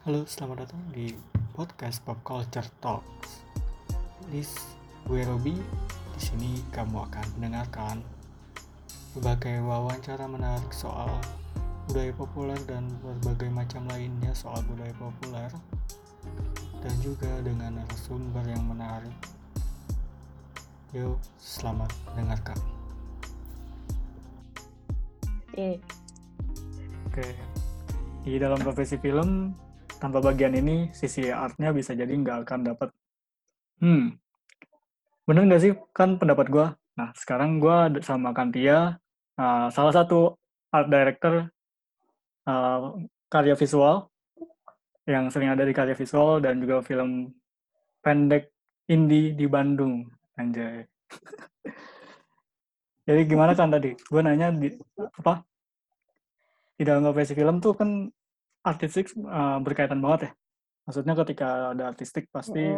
Halo, selamat datang di podcast Pop Culture Talks. Gue Robi. Di sini kamu akan mendengarkan berbagai wawancara menarik soal budaya populer dan berbagai macam lainnya soal budaya populer, dan juga dengan narasumber yang menarik. Yuk, selamat mendengarkan. Oke, di dalam profesi film, tanpa bagian ini, sisi artnya bisa jadi nggak akan dapat. Bener nggak sih? Kan pendapat gue. Nah, sekarang gue sama Kantia, salah satu art director karya visual, yang sering ada di karya visual dan juga film pendek indie di Bandung. Anjay. Jadi gimana kan tadi? Gue nanya di dalam profesi film tuh kan artistik berkaitan banget ya. Maksudnya ketika ada artistik pasti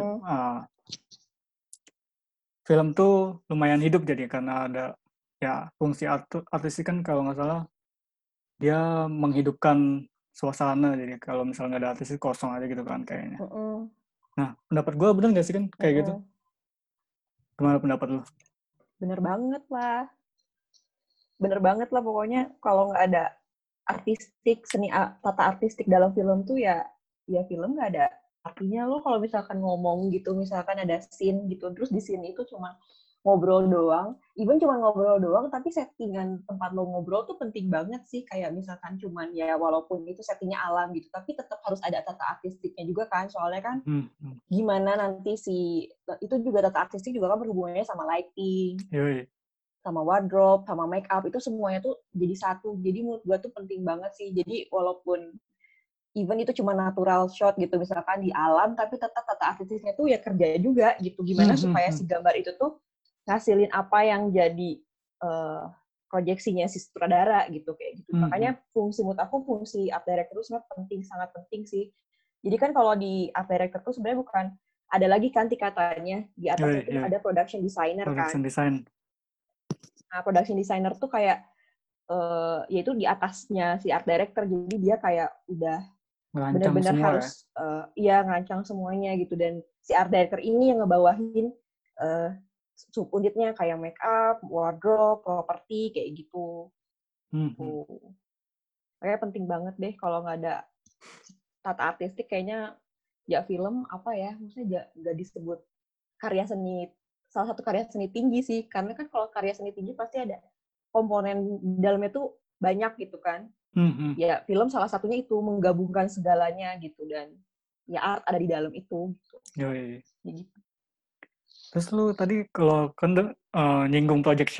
film tuh lumayan hidup jadi karena ada ya fungsi artistik kan kalau nggak salah dia menghidupkan suasana, jadi kalau misalnya nggak ada artistik kosong aja gitu kan kayaknya. Nah, pendapat gue bener nggak sih kan kayak gitu? Gimana pendapat lu? Bener banget lah. Bener banget lah pokoknya kalau nggak ada artistik, tata artistik dalam film tuh ya film nggak ada artinya. Lo kalau misalkan ngomong gitu, misalkan ada scene gitu, terus di scene itu cuma ngobrol doang, even cuma ngobrol doang, tapi settingan tempat lo ngobrol tuh penting banget sih. Kayak misalkan cuman ya walaupun itu settingnya alam gitu, tapi tetap harus ada tata artistiknya juga kan, soalnya kan gimana nanti itu juga tata artistik juga kan berhubungannya sama lighting, Yoi. sama wardrobe, sama make up, itu semuanya tuh jadi satu. Jadi menurut gue tuh penting banget sih. Jadi walaupun even itu cuma natural shot gitu, misalkan di alam, tapi tetap tata artistiknya tuh ya kerja juga gitu. Gimana supaya si gambar itu tuh ngasilin apa yang jadi proyeksinya si sutradara gitu, kayak gitu. Makanya menurut aku fungsi art director itu sebenarnya penting, sangat penting sih. Jadi kan kalau di art director tuh sebenarnya bukan, ada lagi kan katanya di atasnya tuh ada production designer Production kan. design. Nah, production designer tuh kayak yaitu di atasnya si art director, jadi dia kayak udah benar-benar harus ngerancang semuanya gitu, dan si art director ini yang ngebawahin subunitnya kayak make up, wardrobe, properti kayak gitu. Kayak penting banget deh. Kalau nggak ada tata artistik kayaknya ya film apa ya, maksudnya nggak disebut karya seni, salah satu karya seni tinggi sih, karena kan kalau karya seni tinggi pasti ada komponen di dalamnya tuh banyak gitu kan. Ya film salah satunya itu menggabungkan segalanya gitu, dan ya art ada di dalam itu gitu. Yoi. Gitu. Terus lu tadi kalau kan nyinggung proyeksi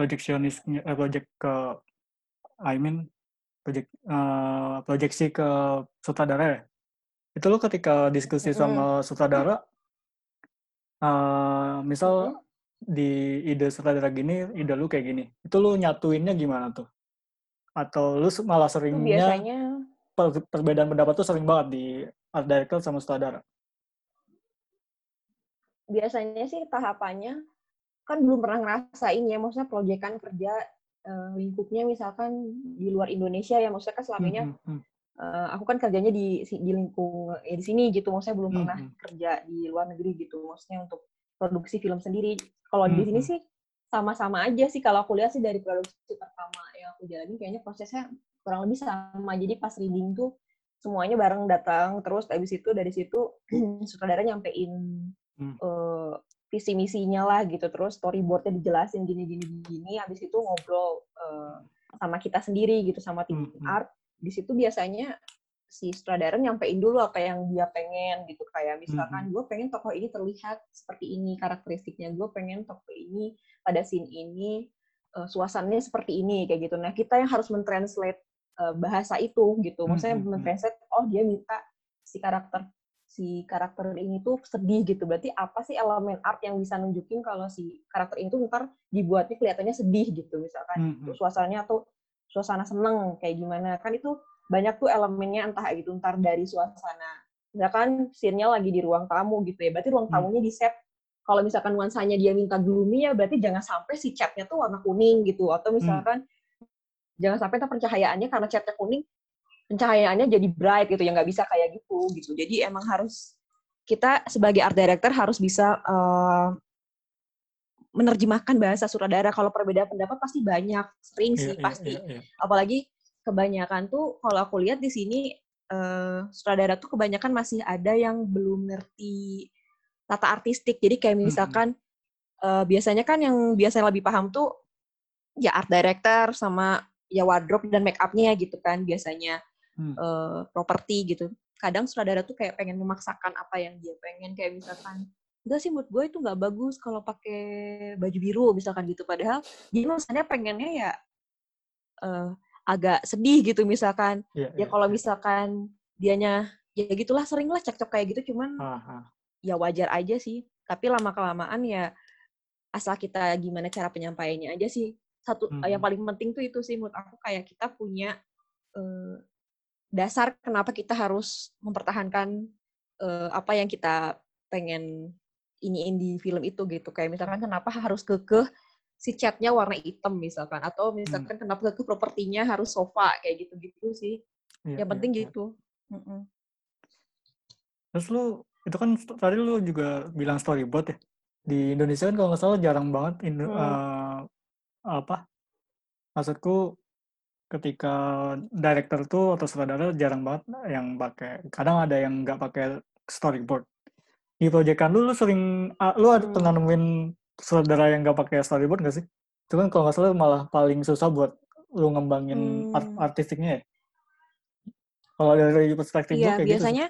ke sutradara ya. Itu lu ketika diskusi sama sutradara, misal di ide sutradara gini, ide lu kayak gini, itu lu nyatuinnya gimana tuh? Atau lu malah seringnya biasanya perbedaan pendapat tuh sering banget di art director sama sutradara? Biasanya sih tahapannya kan belum pernah ngerasain ya, maksudnya proyekan kerja lingkupnya misalkan di luar Indonesia ya, maksudnya kan selama ini aku kan kerjanya di lingkung di sini gitu, maksudnya belum pernah kerja di luar negeri gitu, maksudnya untuk produksi film sendiri. Kalau di sini sih sama-sama aja sih, kalau aku lihat sih dari produksi pertama yang aku jalani kayaknya prosesnya kurang lebih sama. Jadi pas reading tuh semuanya bareng datang, terus habis itu dari situ sutradara nyampein visi misinya lah gitu, terus storyboardnya dijelasin gini, habis itu ngobrol sama kita sendiri gitu, sama tim art. Di situ biasanya si sutradara nyampein dulu apa yang dia pengen gitu, kayak misalkan gue pengen tokoh ini terlihat seperti ini karakteristiknya, gue pengen tokoh ini pada scene ini suasananya seperti ini kayak gitu. Nah kita yang harus mentranslate bahasa itu gitu, maksudnya mentranslate, oh dia minta si karakter ini tuh sedih gitu, berarti apa sih elemen art yang bisa nunjukin kalau si karakter ini tuh ntar dibuatnya kelihatannya sedih gitu, misalkan suasananya atau suasana seneng kayak gimana, kan itu banyak tuh elemennya, entah gitu ntar dari suasana, misalkan scene-nya lagi di ruang tamu gitu ya, berarti ruang tamunya di set, kalau misalkan nuansanya dia minta gloomy ya berarti jangan sampai si catnya tuh warna kuning gitu, atau misalkan jangan sampai pencahayaannya karena catnya kuning pencahayaannya jadi bright gitu, yang nggak bisa kayak gitu. Jadi emang harus kita sebagai art director harus bisa menerjemahkan bahasa sutradara. Kalau perbedaan pendapat pasti banyak, sering sih pasti. Apalagi kebanyakan tuh kalau aku lihat di sini sutradara tuh kebanyakan masih ada yang belum ngerti tata artistik. Jadi kayak misalkan biasanya kan yang biasanya lebih paham tuh ya art director sama ya wardrobe dan make up-nya gitu kan biasanya properti gitu. Kadang sutradara tuh kayak pengen memaksakan apa yang dia pengen, kayak misalkan enggak sih menurut gue itu nggak bagus kalau pakai baju biru misalkan gitu, padahal dia misalnya pengennya ya agak sedih gitu misalkan. Ya kalau misalkan dianya ya gitulah, sering lah cekcok kayak gitu, cuman ya wajar aja sih. Tapi lama-kelamaan ya asal kita gimana cara penyampaiannya aja sih. Yang paling penting tuh itu sih menurut aku, kayak kita punya dasar kenapa kita harus mempertahankan apa yang kita pengen iniin di film itu gitu. Kayak misalkan kenapa harus kekeh si catnya warna hitam misalkan, atau misalkan kenapa kekeh propertinya harus sofa, kayak gitu-gitu sih. Yang penting gitu. Terus lu, itu kan tadi lu juga bilang storyboard ya. Di Indonesia kan kalau nggak salah jarang banget maksudku ketika director tuh atau sutradara jarang banget yang pakai, kadang ada yang nggak pakai storyboard. Di proyekan lu sering lu ada pernah nemuin sutradara yang nggak pakai storyboard nggak sih? Itu kan kalau nggak salah malah paling susah buat lu ngembangin artistiknya ya. Kalau dari perspektif gue kayak gitu sih. Biasanya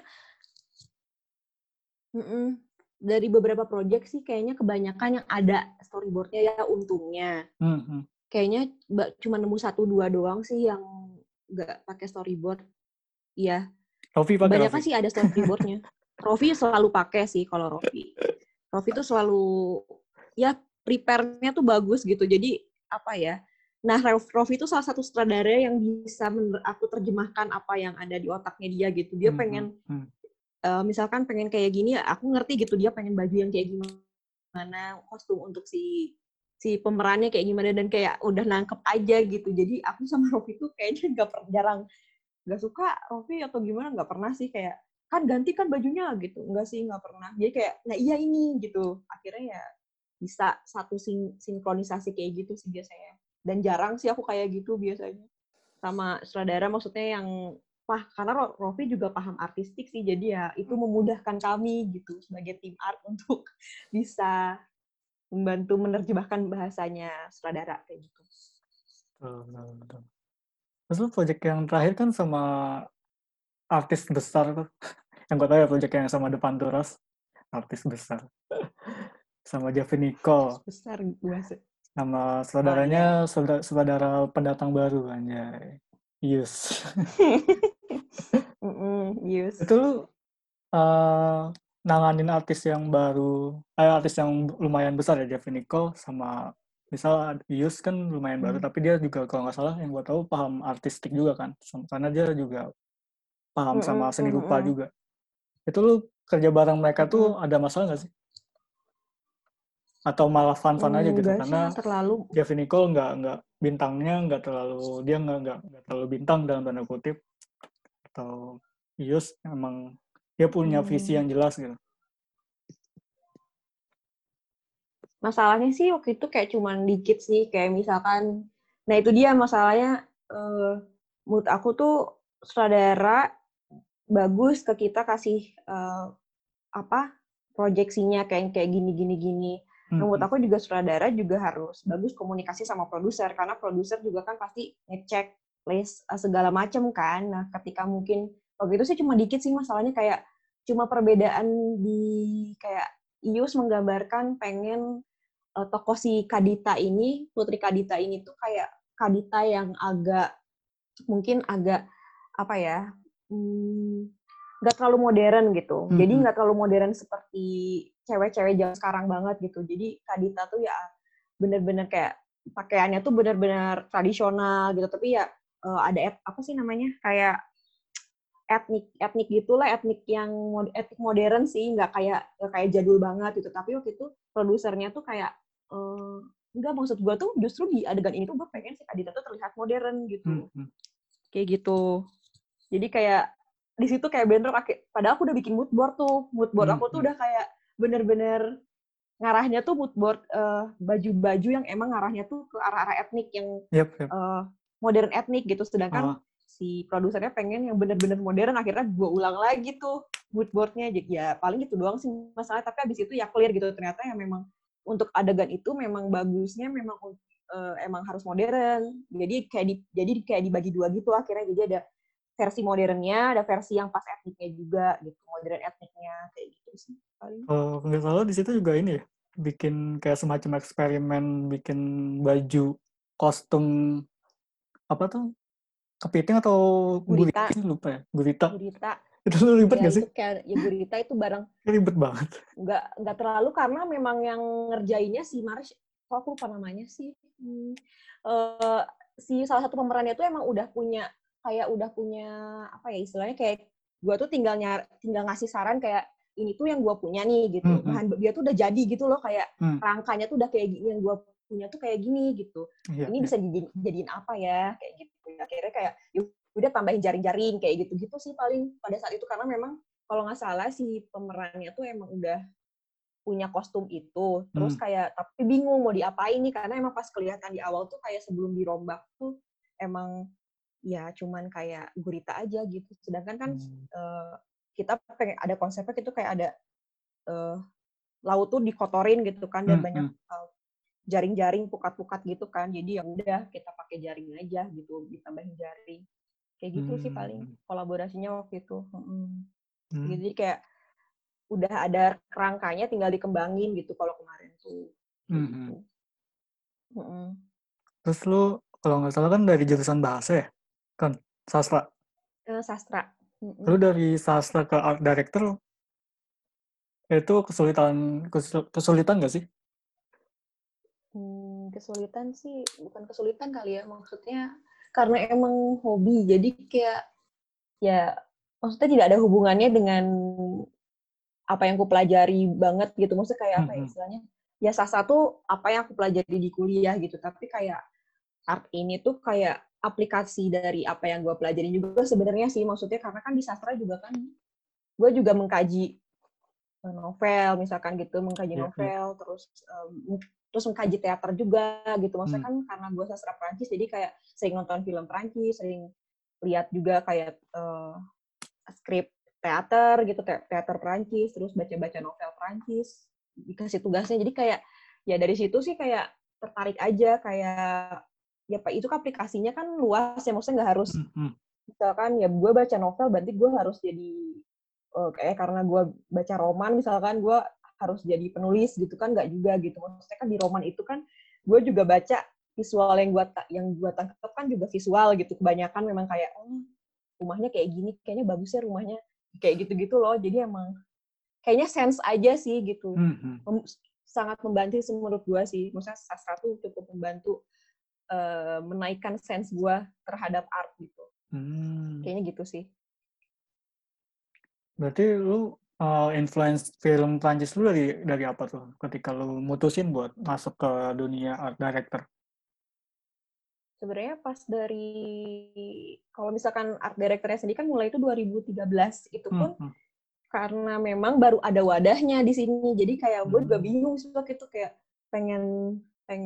dari beberapa project sih kayaknya kebanyakan yang ada storyboardnya ya untungnya. Kayaknya cuma nemu 1-2 doang sih yang nggak pakai storyboard. Iya. Kebanyakan sih ada storyboardnya. Rofi selalu pakai sih kalau Rofi. Rofi tuh selalu ya prepare-nya tuh bagus gitu. Jadi apa ya? Nah, Rofi itu salah satu sutradara yang bisa aku terjemahkan apa yang ada di otaknya dia gitu. Dia pengen misalkan pengen kayak gini, aku ngerti gitu dia pengen baju yang kayak gimana, kostum untuk si pemerannya kayak gimana, dan kayak udah nangkep aja gitu. Jadi aku sama Rofi tuh kayaknya nggak suka Rofi atau gimana, nggak pernah sih kayak kan ganti kan bajunya gitu, nggak sih, nggak pernah. Jadi kayak nah iya ini gitu, akhirnya ya bisa satu sinkronisasi kayak gitu sih biasanya. Dan jarang sih aku kayak gitu biasanya sama sutradara, maksudnya yang karena Rofi juga paham artistik sih, jadi ya itu memudahkan kami gitu sebagai tim art untuk bisa membantu menerjemahkan bahasanya sutradara kayak gitu. Betul. Terus lu project yang terakhir kan sama artis besar tuh. Yang gue tahu ya project yang sama The Panturas, artis besar. Sama Jeffrey Nicole. Besar gue sih. Nama saudaranya saudara pendatang baru kan ya. Yus. Yus. Itu lu nanganin artis yang baru, artis yang lumayan besar ya, Jeffrey Nicole sama misal Yus kan lumayan baru, tapi dia juga kalau nggak salah yang gue tahu paham artistik juga kan, karena dia juga paham sama seni rupa juga. Itu lu kerja bareng mereka tuh ada masalah nggak sih? Atau malah fun-fun aja gitu? Karena Jeffrey Nicole nggak bintangnya nggak terlalu, dia nggak terlalu bintang dalam tanda kutip, atau Yus emang dia punya visi yang jelas gitu. Masalahnya sih waktu itu kayak cuman dikit sih, kayak misalkan, nah itu dia masalahnya, menurut aku tuh sutradara bagus ke kita kasih proyeksinya kayak gini. Menurut aku juga sutradara juga harus bagus komunikasi sama produser, karena produser juga kan pasti ngecek list segala macam kan. Nah ketika mungkin waktu itu sih cuma dikit sih masalahnya, kayak cuma perbedaan di kayak Ius menggambarkan pengen tokoh si Kadita ini, Putri Kadita ini tuh kayak Kadita yang mungkin agak apa ya, nggak terlalu modern gitu. Jadi nggak terlalu modern seperti cewek-cewek zaman sekarang banget gitu. Jadi Kadita tuh ya bener-bener kayak pakaiannya tuh bener-bener tradisional gitu. Tapi ya ada apa sih namanya, kayak etnik gitulah, etnik modern sih, nggak kayak jadul banget gitu. Tapi waktu itu produsernya tuh kayak enggak, maksud gue tuh justru di adegan ini tuh gue pengen si Kadita tuh terlihat modern gitu. Kayak gitu. Jadi kayak di situ kayak bentrok, padahal aku udah bikin mood board tuh. Mood board aku tuh udah kayak bener-bener ngarahnya tuh mood board baju-baju yang emang ngarahnya tuh ke arah-arah etnik yang modern etnik gitu. Sedangkan si produsernya pengen yang bener-bener modern, akhirnya gue ulang lagi tuh mood boardnya. Jadi ya paling gitu doang sih masalah, tapi abis itu ya clear gitu. Ternyata ya memang untuk adegan itu memang bagusnya memang emang harus modern. Jadi kayak dibagi dua gitu akhirnya. Jadi ada versi modernnya, ada versi yang pas etniknya juga gitu, modern etniknya kayak gitu sih paling. Nggak salah di situ juga ini ya, bikin kayak semacam eksperimen, bikin baju kostum apa tuh, kepiting atau gurita Gurita. sih, lupa ya, gurita. Gurita. Itu lu ribet Ya gak sih? itu kayak ya gurita itu barang Ribet banget. nggak terlalu karena memang yang ngerjainnya si Marsh, kok aku lupa namanya sih. Si salah satu pemerannya tuh emang udah punya apa ya istilahnya, kayak gue tuh tinggal ngasih saran kayak ini tuh yang gue punya nih gitu. Bahan dia tuh udah jadi gitu loh, kayak rangkanya tuh udah kayak gini, yang gue punya tuh kayak gini gitu. Ini bisa dijadiin apa ya kayak gitu. Akhirnya kayak udah tambahin jaring-jaring kayak gitu-gitu sih paling pada saat itu, karena memang kalau nggak salah si pemerannya tuh emang udah punya kostum itu, terus kayak tapi bingung mau diapain nih, karena emang pas kelihatan di awal tuh kayak sebelum dirombak tuh emang ya cuman kayak gurita aja gitu. Sedangkan kan kita pengen ada konsepnya gitu, kayak ada laut tuh dikotorin gitu kan, dan banyak jaring-jaring, pukat-pukat gitu kan. Jadi ya udah kita pakai jaring aja gitu, ditambahin jaring. Kayak gitu sih paling kolaborasinya waktu itu. Jadi kayak udah ada kerangkanya, tinggal dikembangin gitu kalau kemarin tuh. Gitu. Terus lu kalau nggak salah kan dari jurusan bahasa ya? Kan sastra. Sastra. Lu dari sastra ke art director itu kesulitan nggak sih? Kesulitan sih, bukan kesulitan kali ya, maksudnya karena emang hobi, jadi kayak ya maksudnya tidak ada hubungannya dengan apa yang aku pelajari banget gitu. Maksudnya kayak apa ya istilahnya, ya sastra tuh apa yang aku pelajari di kuliah gitu, tapi kayak art ini tuh kayak aplikasi dari apa yang gue pelajarin juga sebenarnya sih. Maksudnya karena kan di sastra juga kan gue juga mengkaji novel misalkan gitu, mengkaji novel, terus mengkaji teater juga gitu. Maksudnya kan karena gue sastra Perancis, jadi kayak sering nonton film Perancis, sering lihat juga kayak skrip teater gitu, teater Perancis, terus baca-baca novel Perancis, dikasih tugasnya. Jadi kayak ya dari situ sih kayak tertarik aja, kayak ya Pak, itu kan aplikasinya kan luas ya, maksudnya nggak harus misalkan ya gue baca novel berarti gue harus jadi kayak karena gue baca roman misalkan gue harus jadi penulis gitu kan, nggak juga gitu. Maksudnya kan di roman itu kan gue juga baca visual yang gue tangkap kan juga visual gitu, kebanyakan memang kayak rumahnya kayak gini, kayaknya bagus ya rumahnya kayak gitu-gitu loh. Jadi emang kayaknya sense aja sih gitu. Sangat membantu sih menurut gue sih. Maksudnya sastra tuh cukup membantu menaikkan sense gue terhadap art gitu. Kayaknya gitu sih. Berarti lu influence film Prancis lu dari apa tuh ketika lu mutusin buat masuk ke dunia art director? Sebenarnya pas kalau misalkan art directornya sendiri kan mulai itu 2013, itu pun karena memang baru ada wadahnya di sini. Jadi kayak gue juga bingung sih waktu itu, kayak pengen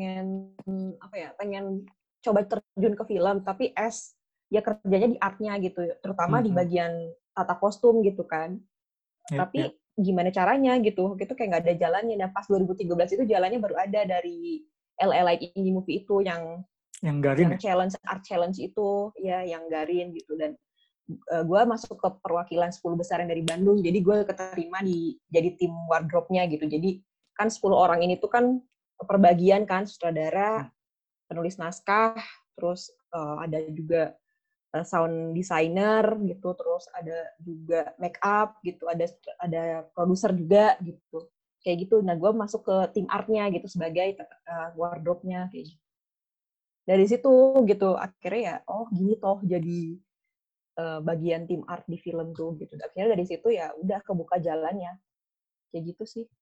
coba terjun ke film, tapi ya kerjanya di artnya gitu, terutama di bagian tata kostum gitu kan. Tapi gimana caranya gitu, itu kayak nggak ada jalannya. Nah pas 2013 itu jalannya baru ada dari LA Light Indie Movie itu yang Garin ya? art challenge itu ya, yang Garin gitu. Dan gue masuk ke perwakilan 10 besar yang dari Bandung, jadi gue keterima jadi tim wardrobe-nya gitu. Jadi kan 10 orang ini tuh kan perbagian kan, sutradara, penulis naskah, terus ada juga sound designer gitu, terus ada juga make up gitu, ada produser juga gitu, kayak gitu. Nah gue masuk ke tim artnya gitu sebagai wardrobe-nya kayak gitu. Dari situ gitu akhirnya ya gini toh jadi bagian tim art di film tuh gitu. Akhirnya dari situ ya udah kebuka jalannya kayak gitu sih.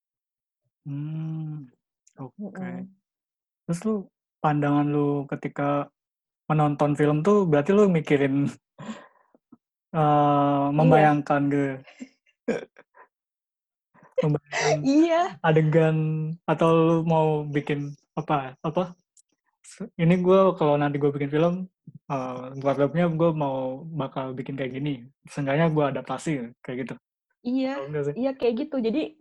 Oke. Terus lu pandangan lu ketika menonton film tuh berarti lu mikirin membayangkan membayangkan Iya. adegan, atau lu mau bikin apa ini gue kalau nanti gue bikin film, wardrobe-nya gue bakal bikin kayak gini, seenggaknya gue adaptasi kayak gitu. Iya, Tahu nggak sih? iya kayak gitu. Jadi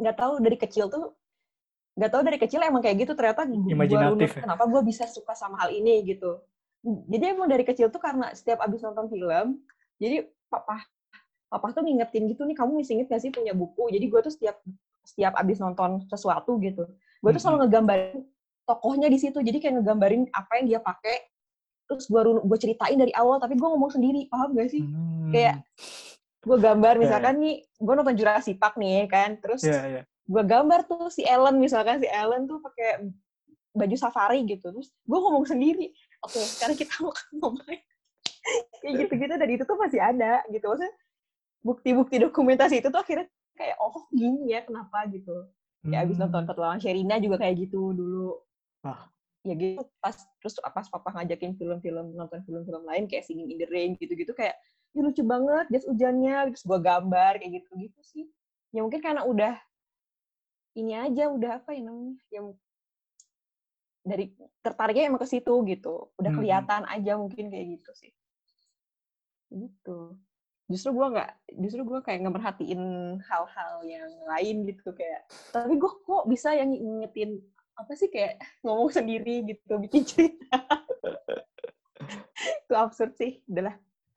nggak tahu dari kecil emang kayak gitu. Ternyata gue Imajinatif runut ya. kenapa gue bisa suka sama hal ini gitu. Jadi emang dari kecil tuh karena setiap abis nonton film, jadi papa tuh ngingetin gitu nih, kamu masih inget gak sih punya buku? Jadi gue tuh setiap abis nonton sesuatu gitu, gue tuh selalu ngegambarin tokohnya di situ. Jadi kayak ngegambarin apa yang dia pakai, terus gue ceritain dari awal, tapi gue ngomong sendiri, paham gak sih? Kayak gue gambar Ya, misalkan nih, gue nonton Jurassic Park nih kan, terus ya. gue gambar tuh si Ellen, misalkan si Ellen tuh pakai baju safari gitu, terus gue ngomong sendiri, oke, sekarang kita mau ngomongin kayak gitu-gitu, dan itu tuh masih ada gitu. Maksudnya bukti-bukti dokumentasi itu tuh akhirnya kayak, oh gini ya kenapa gitu. Ya abis nonton Petualangan Sherina juga kayak gitu dulu. Ah, Ya gitu, pas papa ngajakin nonton film-film lain kayak Singing in the Rain gitu-gitu, kayak ya lucu banget jas hujannya, terus gue gambar kayak gitu-gitu sih. Ya mungkin karena udah ini aja, udah apa ya namanya, yang dari tertariknya emang ke situ gitu, udah kelihatan aja mungkin kayak gitu sih, gitu. Justru gue kayak nggak merhatiin hal-hal yang lain gitu, kayak tapi gue kok bisa yang ngingetin apa sih, kayak ngomong sendiri gitu, bikin cerita. Itu absurd sih, udahlah.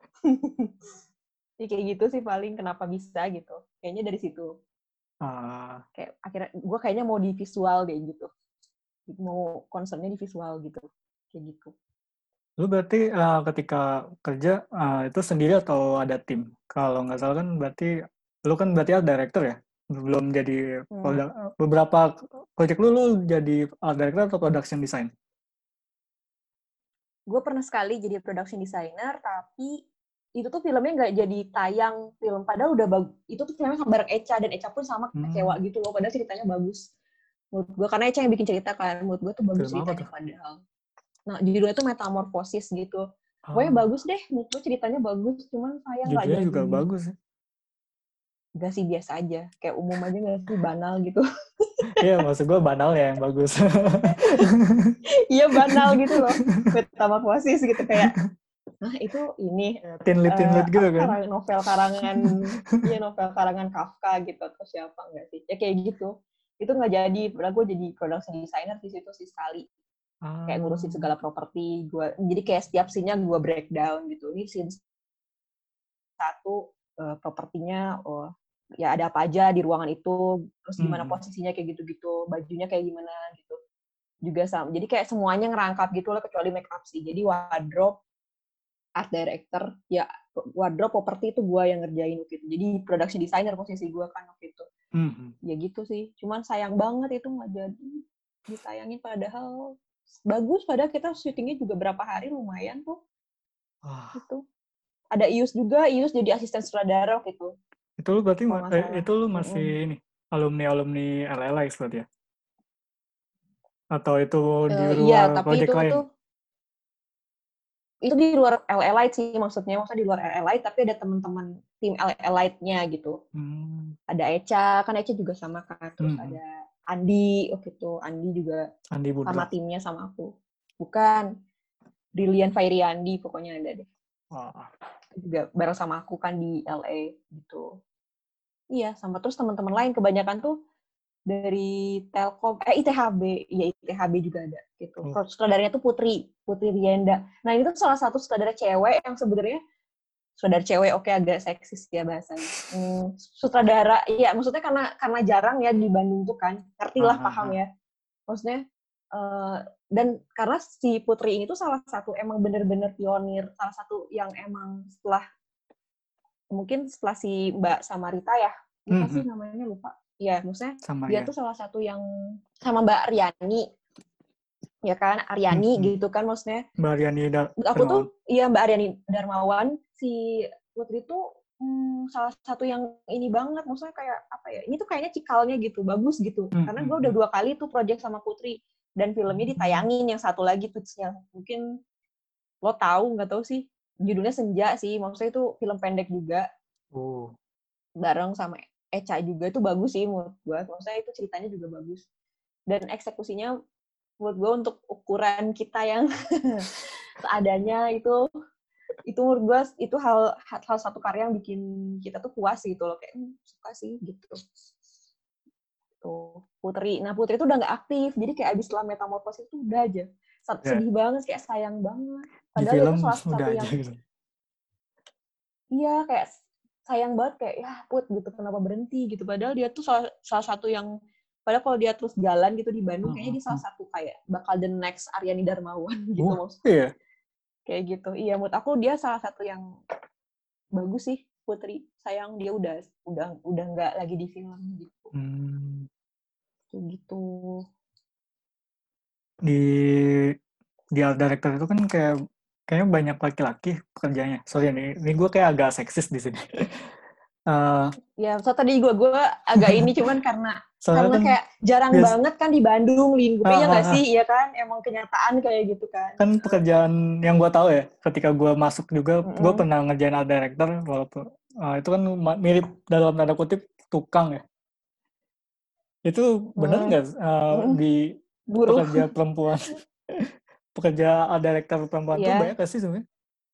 Ya, kayak gitu sih paling kenapa bisa gitu, kayaknya dari situ. Kayak akhirnya gue kayaknya mau di visual deh gitu, mau concernnya di visual gitu, kayak gitu. lu berarti ketika kerja itu sendiri atau ada tim? Kalau nggak salah kan berarti lu kan berarti art director ya? Belum jadi beberapa project lu jadi art director atau production design? Gue pernah sekali jadi production designer, tapi itu tuh filmnya nggak jadi tayang film, padahal udah bagus. Itu tuh filmnya sama bareng Echa, dan Echa pun sama kecewa gitu loh, padahal ceritanya bagus menurut gue, karena Echa yang bikin cerita kan, menurut gue tuh bagus Film apa ceritanya tuh? padahal. Nah judulnya tuh Metamorphosis gitu, pokoknya Ah, bagus deh, menurut gue ceritanya bagus, cuman sayang nggak judulnya juga jadi. bagus ya. Gak sih, biasa aja, kayak umum aja, nggak sih, banal gitu. Iya, maksud gue banal ya yang bagus. Iya banal gitu loh, Metamorphosis gitu, kayak nah itu ini Tinlit gitu kan. apa, novel karangan Kafka gitu, atau siapa, enggak sih ya kayak gitu. Itu nggak jadi, padahal gue jadi production designer di situ sih sekali, kayak ngurusin segala properti gue. Jadi kayak setiap scene-nya gue breakdown gitu, ini scene satu, propertinya, oh ya ada apa aja di ruangan itu, terus gimana posisinya kayak gitu-gitu, bajunya kayak gimana gitu juga sama. Jadi kayak semuanya ngerangkap gitu loh, kecuali make up sih. Jadi wardrobe, art director, ya wardrobe, properti itu gue yang ngerjain gitu. Jadi production designer posisi gue kan waktu itu. Ya gitu sih. Cuman sayang banget itu nggak jadi ditayangin, padahal bagus. Padahal kita syutingnya juga berapa hari, lumayan tuh. Gitu. Ada Ius juga, Ius jadi asisten sutradara waktu itu. Itu lu berarti Kalau nggak salah. itu lu masih ini alumni LLI berarti ya? Atau itu di Iya, luar tapi project itu lain? tuh itu di luar LLite sih, maksudnya di luar LLite, tapi ada teman-teman tim LLite-nya gitu. Ada Echa, kan Echa juga sama kan, terus ada Andi waktu itu, Andi juga Andi sama Budra. timnya sama aku. Bukan, Brilian Fairiandi pokoknya ada deh. Juga bareng sama aku kan di LA gitu. Iya, sama terus teman-teman lain kebanyakan tuh dari Telkom, ITHB, ya ITHB juga ada gitu. Sutradaranya tuh Putri Rienda. Nah ini tuh salah satu sutradara cewek yang sebenarnya sutradara cewek, oke, agak seksis ya bahasanya. Sutradara, iya maksudnya karena jarang ya di Bandung tuh kan, ngerti lah, paham ya. Maksudnya dan karena si Putri ini tuh salah satu emang bener-bener pionir, salah satu yang emang mungkin setelah si Mbak Samarita ya, lupa sih namanya, lupa. Ya, maksudnya Sama dia ya. tuh salah satu yang sama Mbak Aryani, ya kan, Aryani gitu kan, maksudnya. Mbak Aryani Aku tuh, Darmawan. iya Mbak Aryani Darmawan, si Putri tuh salah satu yang ini banget, maksudnya kayak apa ya, ini tuh kayaknya cikalnya gitu, bagus gitu. Karena gue udah 2 kali tuh project sama Putri, dan filmnya ditayangin, yang satu lagi tuh yang mungkin lo tahu, nggak tahu sih, judulnya Senja sih, maksudnya itu film pendek juga Oh. bareng sama Echa juga, itu bagus sih menurut gue, maksudnya itu ceritanya juga bagus dan eksekusinya menurut gue untuk ukuran kita yang seadanya itu menurut gue itu hal satu karya yang bikin kita tuh puas gitu loh, kayak suka sih gitu. Tuh Putri itu udah nggak aktif, jadi kayak abis setelah metamorfosis itu udah aja sedih banget, kayak sayang banget, Di padahal film itu salah udah satu aja yang gitu. iya kayak sayang banget, kayak ya Put gitu kenapa berhenti gitu, padahal dia tuh salah satu yang, padahal kalau dia terus jalan gitu di Bandung kayaknya dia salah satu kayak bakal the next Aryani Darmawan gitu maksudnya. Iya. Kayak gitu. Iya, menurut aku dia salah satu yang bagus sih, Putri. Sayang dia udah nggak lagi di film gitu. Kayak gitu. Di art director itu kan kayaknya banyak laki-laki pekerjaannya. Sorry ini gue kayak agak seksis di sini. Ya, so tadi gue agak ini cuman karena kan kayak jarang banget kan di Bandung lingkupnya, ya nggak sih? Iya kan? Emang kenyataan kayak gitu kan. Kan pekerjaan yang gue tahu ya, ketika gue masuk juga, gue pernah ngerjain art director, walaupun itu kan mirip dalam tanda kutip tukang ya. Itu benar nggak di Buruh. pekerja perempuan, pekerja art director perempuan tuh Iya. banyak nggak sih sebenarnya?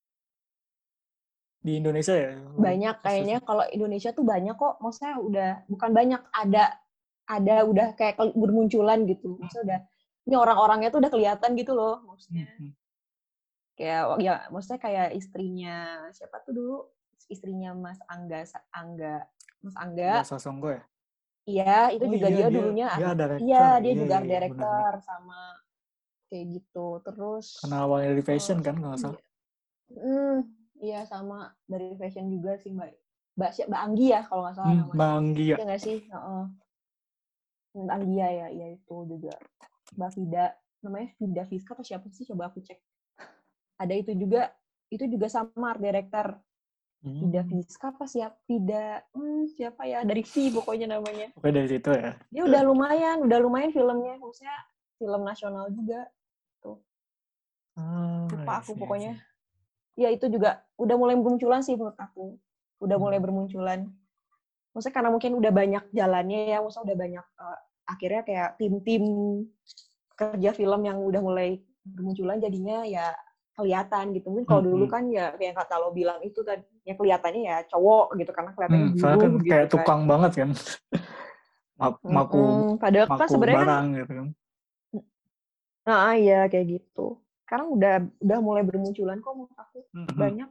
Di Indonesia ya? Banyak kayaknya, kalau Indonesia tuh banyak kok, maksudnya udah bukan banyak, ada udah kayak bermunculan gitu, maksudnya udah ini orang-orangnya tuh udah kelihatan gitu loh, maksudnya kayak ya maksudnya kayak istrinya siapa tuh dulu, istrinya Mas Angga Mas Angga Sasongko ya? iya itu juga dia dulunya dia director. iya dia Iya, juga iya, art iya, director benar. sama kayak gitu, terus Karena awalnya dari fashion kan siapa kalau nggak lagi salah. iya sama dari fashion juga sih Mbak Anggi ya kalau nggak salah namanya. Bang Gia. Ya nggak sih? Mbak Anggia ya, itu juga. Mbak Vida, namanya Vida Fiska atau siapa sih? Coba aku cek. Ada itu juga sama art director. Vida Fiska apa siapa? Siapa ya? Dari V pokoknya namanya. Oke, dari situ ya. Dia udah lumayan filmnya, maksudnya film nasional juga. Tuh. Lupa aku pokoknya. Ya itu juga udah mulai bermunculan sih menurut aku. Udah mulai bermunculan. Maksudnya karena mungkin udah banyak jalannya ya, maksudnya udah banyak akhirnya kayak tim-tim kerja film yang udah mulai bermunculan, jadinya ya kelihatan gitu. Mungkin kalau dulu kan ya kayak kata lo bilang itu kan ya kelihatannya ya cowok gitu karena kelihatannya Soalnya kan buruh gitu kayak kan. tukang banget kan. Padahal kan maku sebenarnya barang kan, gitu kan. nah iya kayak gitu. Sekarang udah mulai bermunculan kok menurut aku. Banyak.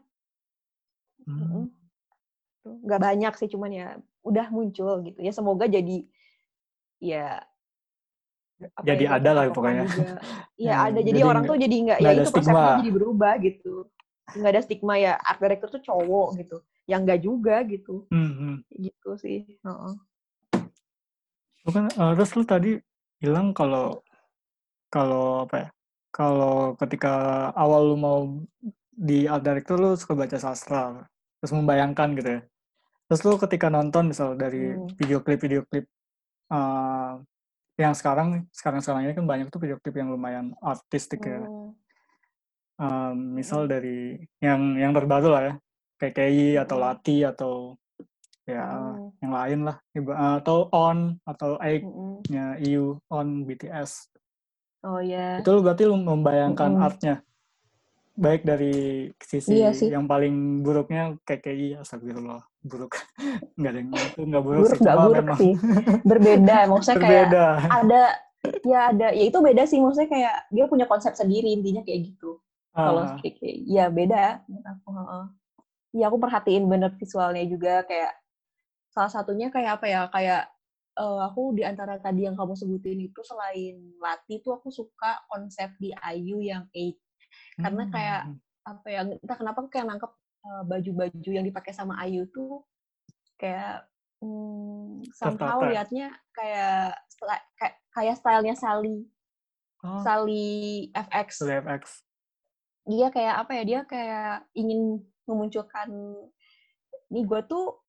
Nggak banyak sih, cuman ya udah muncul gitu. Ya semoga jadi ya apa jadi ya, ada lah patokan pokoknya. juga. Iya ada. Jadi orang tuh jadi nggak ya itu persepsinya jadi berubah gitu. Nggak ada stigma ya art director tuh cowok gitu. Yang nggak juga gitu. Gitu sih. Terus lu tadi bilang kalau apa ya? Kalau ketika awal lu mau di art director lu suka baca sastra, terus membayangkan gitu ya. Terus lu ketika nonton misal dari video klip yang sekarang ini kan banyak tuh video klip yang lumayan artistik ya. Misal dari yang terbaru lah ya, KKI atau Lati atau ya yang lain lah, atau On atau Aik-nya IU On BTS. Oh ya. Itu berarti lu membayangkan artnya, baik dari sisi yang paling buruknya KKI, astagfirullah, buruk. Nggak buruk sih, Nggak cuma buruk memang sih. Berbeda, maksudnya kayak berbeda. ada, ya itu beda sih, maksudnya kayak dia punya konsep sendiri, intinya kayak gitu. Kalau KKI, ya beda menurut aku. Ya aku perhatiin bener visualnya juga, kayak salah satunya kayak apa ya, kayak aku di antara tadi yang kamu sebutin itu, selain Lati tuh aku suka konsep di IU yang 8. Karena kayak apa ya, entah kenapa aku kayak nangkep baju-baju yang dipakai sama IU tuh kayak somehow liatnya kayak stylenya Sally FX. Dia kayak apa ya, dia kayak ingin memunculkan, ini gue tuh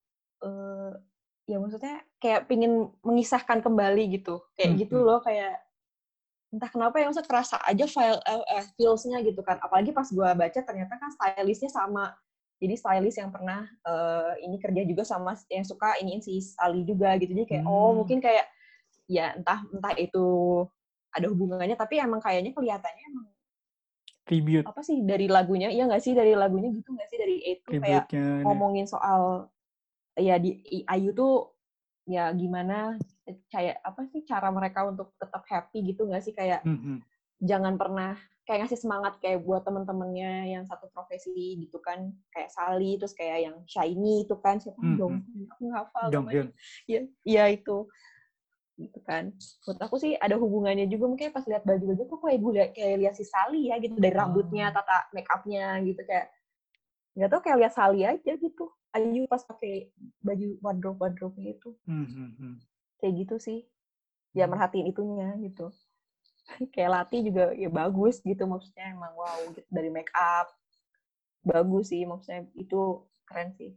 ya maksudnya kayak pingin mengisahkan kembali gitu, kayak gitu loh, kayak entah kenapa yang kerasa aja feels-nya gitu kan. Apalagi pas gue baca ternyata kan stylistnya sama. Jadi stylist yang pernah ini kerja juga sama yang suka iniin si Sally juga gitu. Jadi kayak mungkin kayak ya entah itu ada hubungannya, tapi emang kayaknya kelihatannya emang tribute apa sih dari lagunya, iya nggak sih dari lagunya gitu nggak sih, dari itu kayak ngomongin soal ya di Ayu tuh ya gimana kayak apa sih cara mereka untuk tetap happy gitu nggak sih, kayak jangan pernah kayak ngasih semangat kayak buat temen-temennya yang satu profesi gitu kan, kayak Sally, terus kayak yang Shiny itu kan siapa dong, aku nggak hafal namanya, ya itu gitu kan. Menurut aku sih ada hubungannya juga, mungkin pas lihat baju-baju kok kayak lihat si Sally ya gitu, dari rambutnya, tata make up-nya gitu, kayak nggak tahu kayak lihat Sally aja gitu. Ayu pas pakai baju wardrobe-nya itu. Kayak gitu sih. Ya merhatiin itunya gitu. Kayak Lati juga ya bagus gitu, maksudnya emang wow gitu, dari make up. Bagus sih, maksudnya itu keren sih.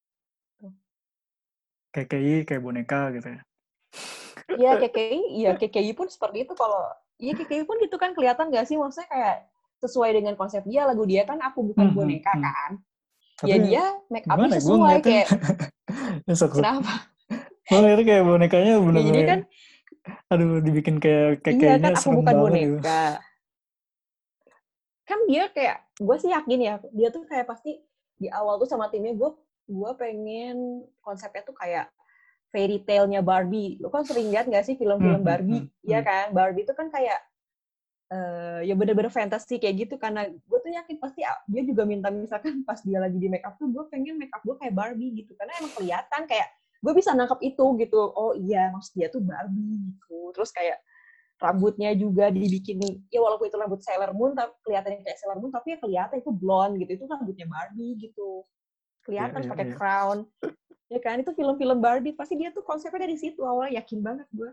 Kayak boneka gitu ya. Iya, KKI pun seperti itu. Kalau iya KKI pun gitu kan, kelihatan nggak sih, maksudnya kayak sesuai dengan konsep dia, lagu dia kan Aku Bukan Boneka kan. Tapi ya dia make up-nya sesuai kayak kenapa? Itu kayak bonekanya Ya, bener-bener jadi kan aduh dibikin kayak iya KKI-nya kan Aku serem Bukan banget Boneka. gitu. Kan dia kayak, gue sih yakin ya, dia tuh kayak pasti di awal tuh sama timnya, gue pengen konsepnya tuh kayak fairy tale-nya Barbie. Lo kan sering lihat nggak sih film-film Barbie? Iya kan? Barbie itu kan kayak ya bener-bener fantasi kayak gitu, karena gue tuh yakin pasti dia juga minta, misalkan pas dia lagi di make up tuh, gue pengen make up gue kayak Barbie gitu, karena emang kelihatan kayak gue bisa nangkep itu gitu. Oh iya, maksud dia tuh Barbie gitu. Terus kayak rambutnya juga dibikin, ya walaupun itu rambut Sailor Moon, tapi kelihatannya kayak Sailor Moon, tapi ya kelihatan itu blonde gitu, itu rambutnya Barbie gitu, kelihatan pakai crown, ya kan, itu film-film Barbie, pasti dia tuh konsepnya dari situ awalnya, yakin banget gue.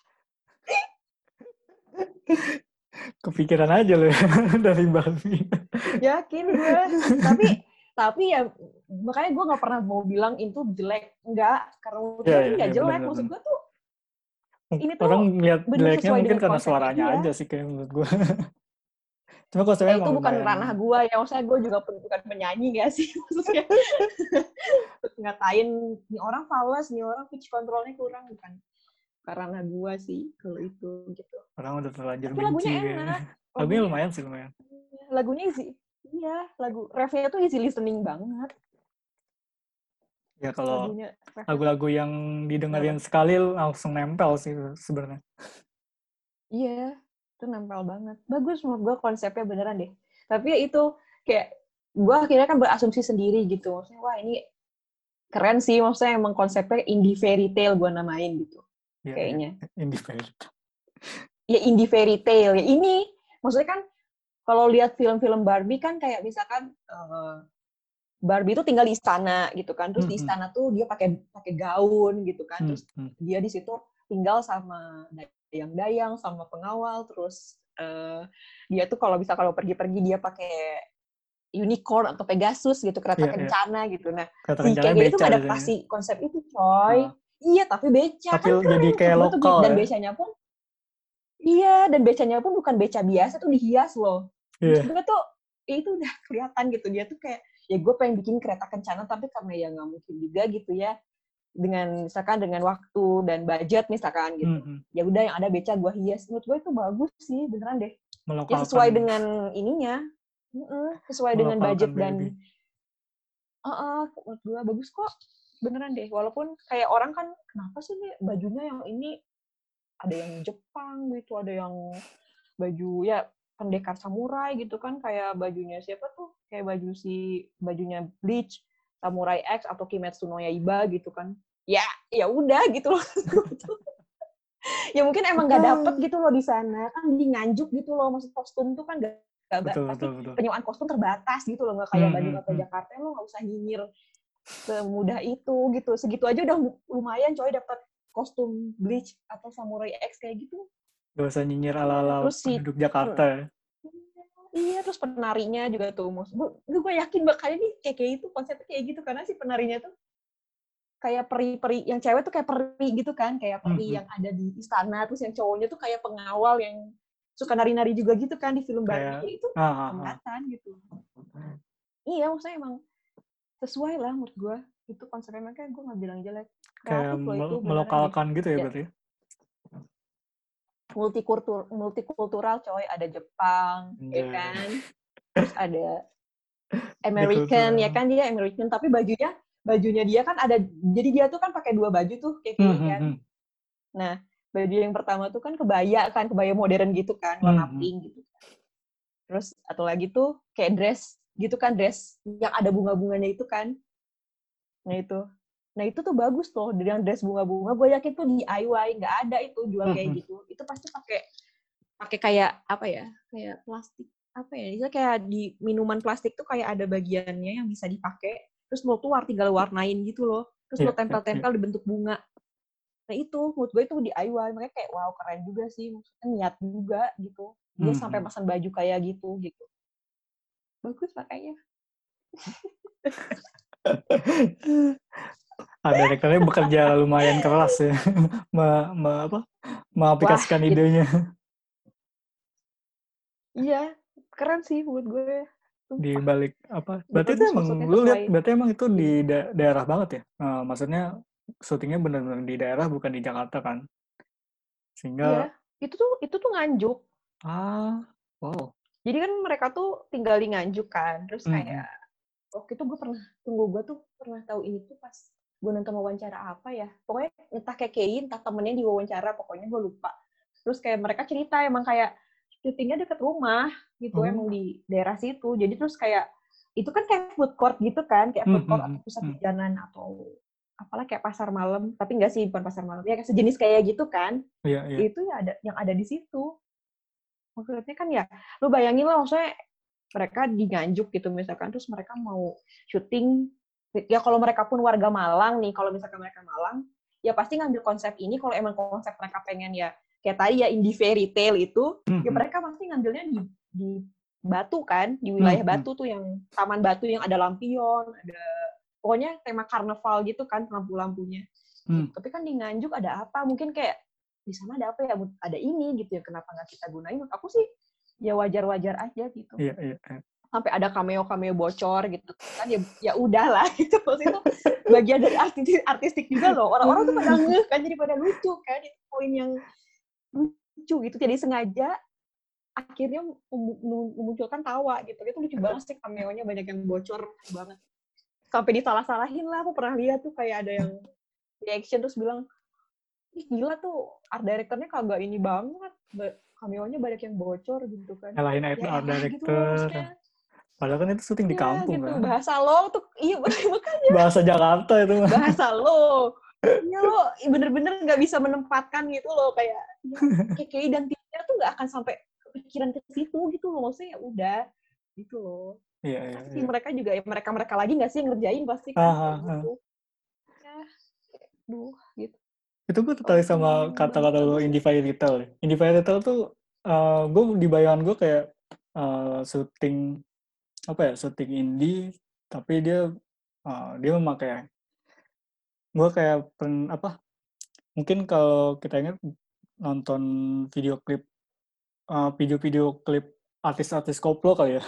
Kepikiran aja loh dari Barbie. Yakin gue, tapi ya makanya gue nggak pernah mau bilang itu jelek, enggak, karena menurut gue ini nggak jelek, maksud gue tuh ini tuh orang lihat bener jeleknya sesuai mungkin dengan karena konsepnya suaranya dia. aja sih kayak menurut gue. Cuma konsepnya Itu emang bukan lumayan. ranah gue ya, maksudnya gue juga bukan penyanyi gak sih, maksudnya ngatain nih orang fals, nih orang pitch controlnya kurang, bukan ranah gue sih kalau itu gitu. Orang udah terlanjur Tapi benci lagunya kayaknya. enak, Lagunya lumayan sih, lumayan. Lagunya easy, iya, refnya tuh easy listening banget. Ya kalau Lagunya, lagu-lagu yang didengerin sekali langsung nempel sih sebenarnya. Iya, itu nempel banget. Bagus menurut gue konsepnya beneran deh. Tapi ya itu kayak gue akhirnya kan berasumsi sendiri gitu. Maksudnya wah ini keren sih. Maksudnya emang konsepnya indie fairy tale gue namain gitu. Ya, Kayaknya. indie fairy. Ya indie fairy tale. Ya ini maksudnya kan kalau lihat film-film Barbie kan kayak misalkan Barbie itu tinggal di istana gitu kan. Terus di istana tuh dia pakai gaun gitu kan. Terus dia di situ tinggal sama dayang-dayang, sama pengawal. Terus dia tuh kalau pergi-pergi dia pakai unicorn atau Pegasus gitu, kereta kencana gitu. Nah, si KG itu ngadaptasi konsep itu, coy. Iya, tapi beca tapi kan keren. jadi kayak lokal dan ya. becanya pun dan becanya pun bukan beca biasa, tuh dihias loh. Maksud gue tuh itu udah kelihatan gitu, dia tuh kayak ya gue pengen bikin kereta kencana, tapi karena ya nggak mungkin juga gitu ya, dengan misalkan dengan waktu dan budget misalkan gitu. Ya udah yang ada beca gue hias. Menurut gue itu bagus sih, beneran deh. Ya sesuai dengan ininya, sesuai dengan budget dan menurut gue bagus kok, beneran deh. Walaupun kayak orang kan kenapa sih nih bajunya yang ini ada yang Jepang gitu, ada yang baju ya pendekar samurai gitu kan, kayak bajunya siapa tuh, kayak bajunya Bleach, Samurai X atau Kimetsu no Yaiba gitu kan. Ya udah gitu loh. Ya mungkin emang nggak dapet gitu loh di sana, kan di Nganjuk gitu loh, maksud kostum tuh kan pasti penyewaan kostum terbatas gitu loh, nggak kayak Bandung atau Jakarta lo nggak usah nyinyir semudah itu gitu. Segitu aja udah lumayan coy dapat kostum Bleach atau Samurai X kayak gitu. Gak usah nyinyir ala-ala penduduk Jakarta ya. Iya, terus penarinya juga tuh, gue yakin bakal ini kayak itu konsepnya kayak gitu, karena si penarinya tuh kayak peri-peri, yang cewek tuh kayak peri gitu kan, kayak peri yang ada di istana, terus yang cowoknya tuh kayak pengawal yang suka nari-nari juga gitu kan di film kayak Barbie itu kelihatan gitu. Iya, maksudnya emang sesuai lah menurut gue. Itu konsepnya, makanya gue nggak bilang jelek. Kayak Kreatif loh itu melokalkan gitu ya berarti. Multikultural coy, ada Jepang, ya kan. Terus ada American, ya kan, dia American, tapi bajunya dia kan ada, jadi dia tuh kan pakai 2 baju tuh kayak kan. Nah, baju yang pertama tuh kan kebaya modern gitu kan, warna pink gitu. Terus atau lagi tuh kayak dress gitu kan, dress yang ada bunga-bunganya itu kan. Nah itu tuh bagus tuh, yang dress bunga-bunga, gue yakin tuh DIY, nggak ada itu jual kayak gitu. Itu pasti pakai kayak apa ya, kayak plastik apa ya, misalnya kayak di minuman plastik tuh kayak ada bagiannya yang bisa dipakai, terus lo tuh tinggal warnain gitu loh, terus lo tempel-tempel dibentuk bunga. Nah itu menurut gue itu DIY, makanya kayak wow, keren juga sih, maksudnya niat juga gitu, dia sampai pesan baju kayak gitu bagus makanya. Direkturnya bekerja lumayan keras ya mengaplikasikan idenya. Iya, keren sih buat gue. Di balik apa? Berarti itu emang lu lihat, berarti emang itu di daerah banget ya? Maksudnya syutingnya benar-benar di daerah, bukan di Jakarta kan? Sehingga iya, itu tuh Nganjuk. Wow. Jadi kan mereka tuh tinggal di Nganjuk kan, terus kayak waktu itu gue pernah tahu ini tuh pas gue nonton wawancara apa ya, pokoknya entah KKI, entah temennya di wawancara, pokoknya gue lupa. Terus kayak mereka cerita emang kayak syutingnya deket rumah gitu, emang di daerah situ. Jadi terus kayak itu kan kayak food court gitu kan, kayak food court atau pusat jajanan atau apalah kayak pasar malam, tapi enggak sih, bukan pasar malam, ya kayak sejenis kayak gitu kan. Itu ya ada yang ada di situ. Maksudnya kan ya, lu bayangin lah, maksudnya mereka di Nganjuk gitu misalkan, terus mereka mau syuting, ya kalau mereka pun warga Malang nih, kalau misalkan mereka Malang, ya pasti ngambil konsep ini, kalau emang konsep mereka pengen ya, kayak tadi ya indie fairy tale itu, ya mereka pasti ngambilnya di Batu kan, di wilayah Batu tuh yang Taman Batu yang ada lampion, ada pokoknya tema karnaval gitu kan, lampu-lampunya. Tapi kan di Nganjuk ada apa? Mungkin kayak di sana ada apa ya? Ada ini gitu ya, kenapa nggak kita gunain? Menurut aku sih ya wajar-wajar aja gitu. Iya. Sampai ada cameo bocor gitu kan, ya udahlah gitu. Maksudnya itu bagian dari artistik juga loh. Orang-orang tuh pada ngeh kan, jadi pada lucu kan, itu poin yang lucu gitu. Jadi sengaja akhirnya memunculkan tawa gitu. Itu lucu banget sih, cameo-nya banyak yang bocor banget. Sampai disalah-salahin lah, aku pernah lihat tuh kayak ada yang reaction terus bilang, ih gila tuh art director-nya kagak ini banget, cameo-nya banyak yang bocor gitu kan. Nyalahin art director. Gitu, padahal kan itu syuting di kampung gitu. kan. Bahasa lo tuh, iya makanya. Bahasa Jakarta itu. Bahasa lo. Iya lo bener-bener nggak bisa menempatkan gitu loh, kayak KKI dan timnya tuh nggak akan sampai kepikiran ke situ gitu loh. Maksudnya ya udah gitu loh. Iya. Pasti mereka juga, mereka lagi nggak sih ngerjain pasti kan gitu. Ya, gitu. Itu gue tertarik sama kata-kata lo indie fairy tale. Indie fairy tale tuh gue di bayangan gue kayak syuting indie, tapi dia memakai, gue kayak mungkin kalau kita ingat nonton video klip artis-artis koplo kali ya,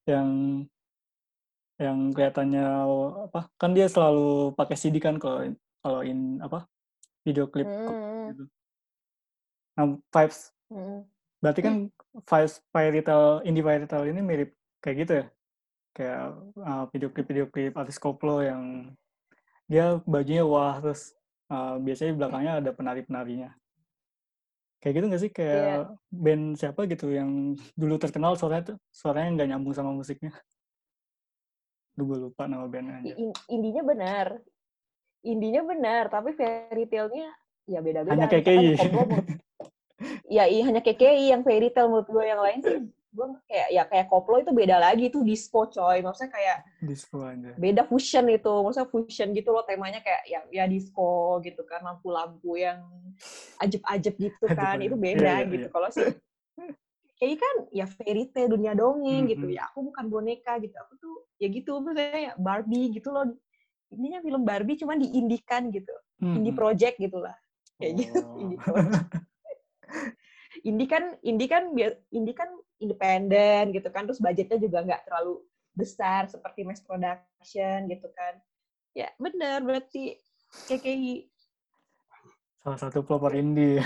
yang kelihatannya kan dia selalu pakai CD kan kalau video klip gitu. Nah, vibes berarti kan vibes indie fairy tale ini mirip kayak gitu ya, kayak video klip artis koplo yang dia bajunya wah, terus biasanya di belakangnya ada penari-penarinya. Kayak gitu nggak sih, kayak band siapa gitu yang dulu terkenal suaranya nggak nyambung sama musiknya. Gue lupa nama bandnya. Indinya benar, tapi fairy tale-nya ya beda-beda. Hanya KKI. Ya hanya KKI yang fairy tale, menurut gue yang lain sih gue kayak koplo itu beda lagi, itu disco coy, maksudnya kayak disco aja. Beda fusion itu, maksudnya fusion gitu loh, temanya kayak ya disco gitu kan, lampu-lampu yang ajeb-ajeb gitu kan, itu beda gitu. Kalau sih kayak kan ya fairy tale, dunia dongeng gitu ya, aku bukan boneka gitu, aku tuh ya gitu, maksudnya ya Barbie gitu loh, ininya film Barbie cuman diindikan gitu, indie project gitulah kayak gitu, indie project. Indie kan independen gitu kan, terus budgetnya juga nggak terlalu besar seperti mass production gitu kan. Ya benar, berarti KKI. Salah satu pelopor indie.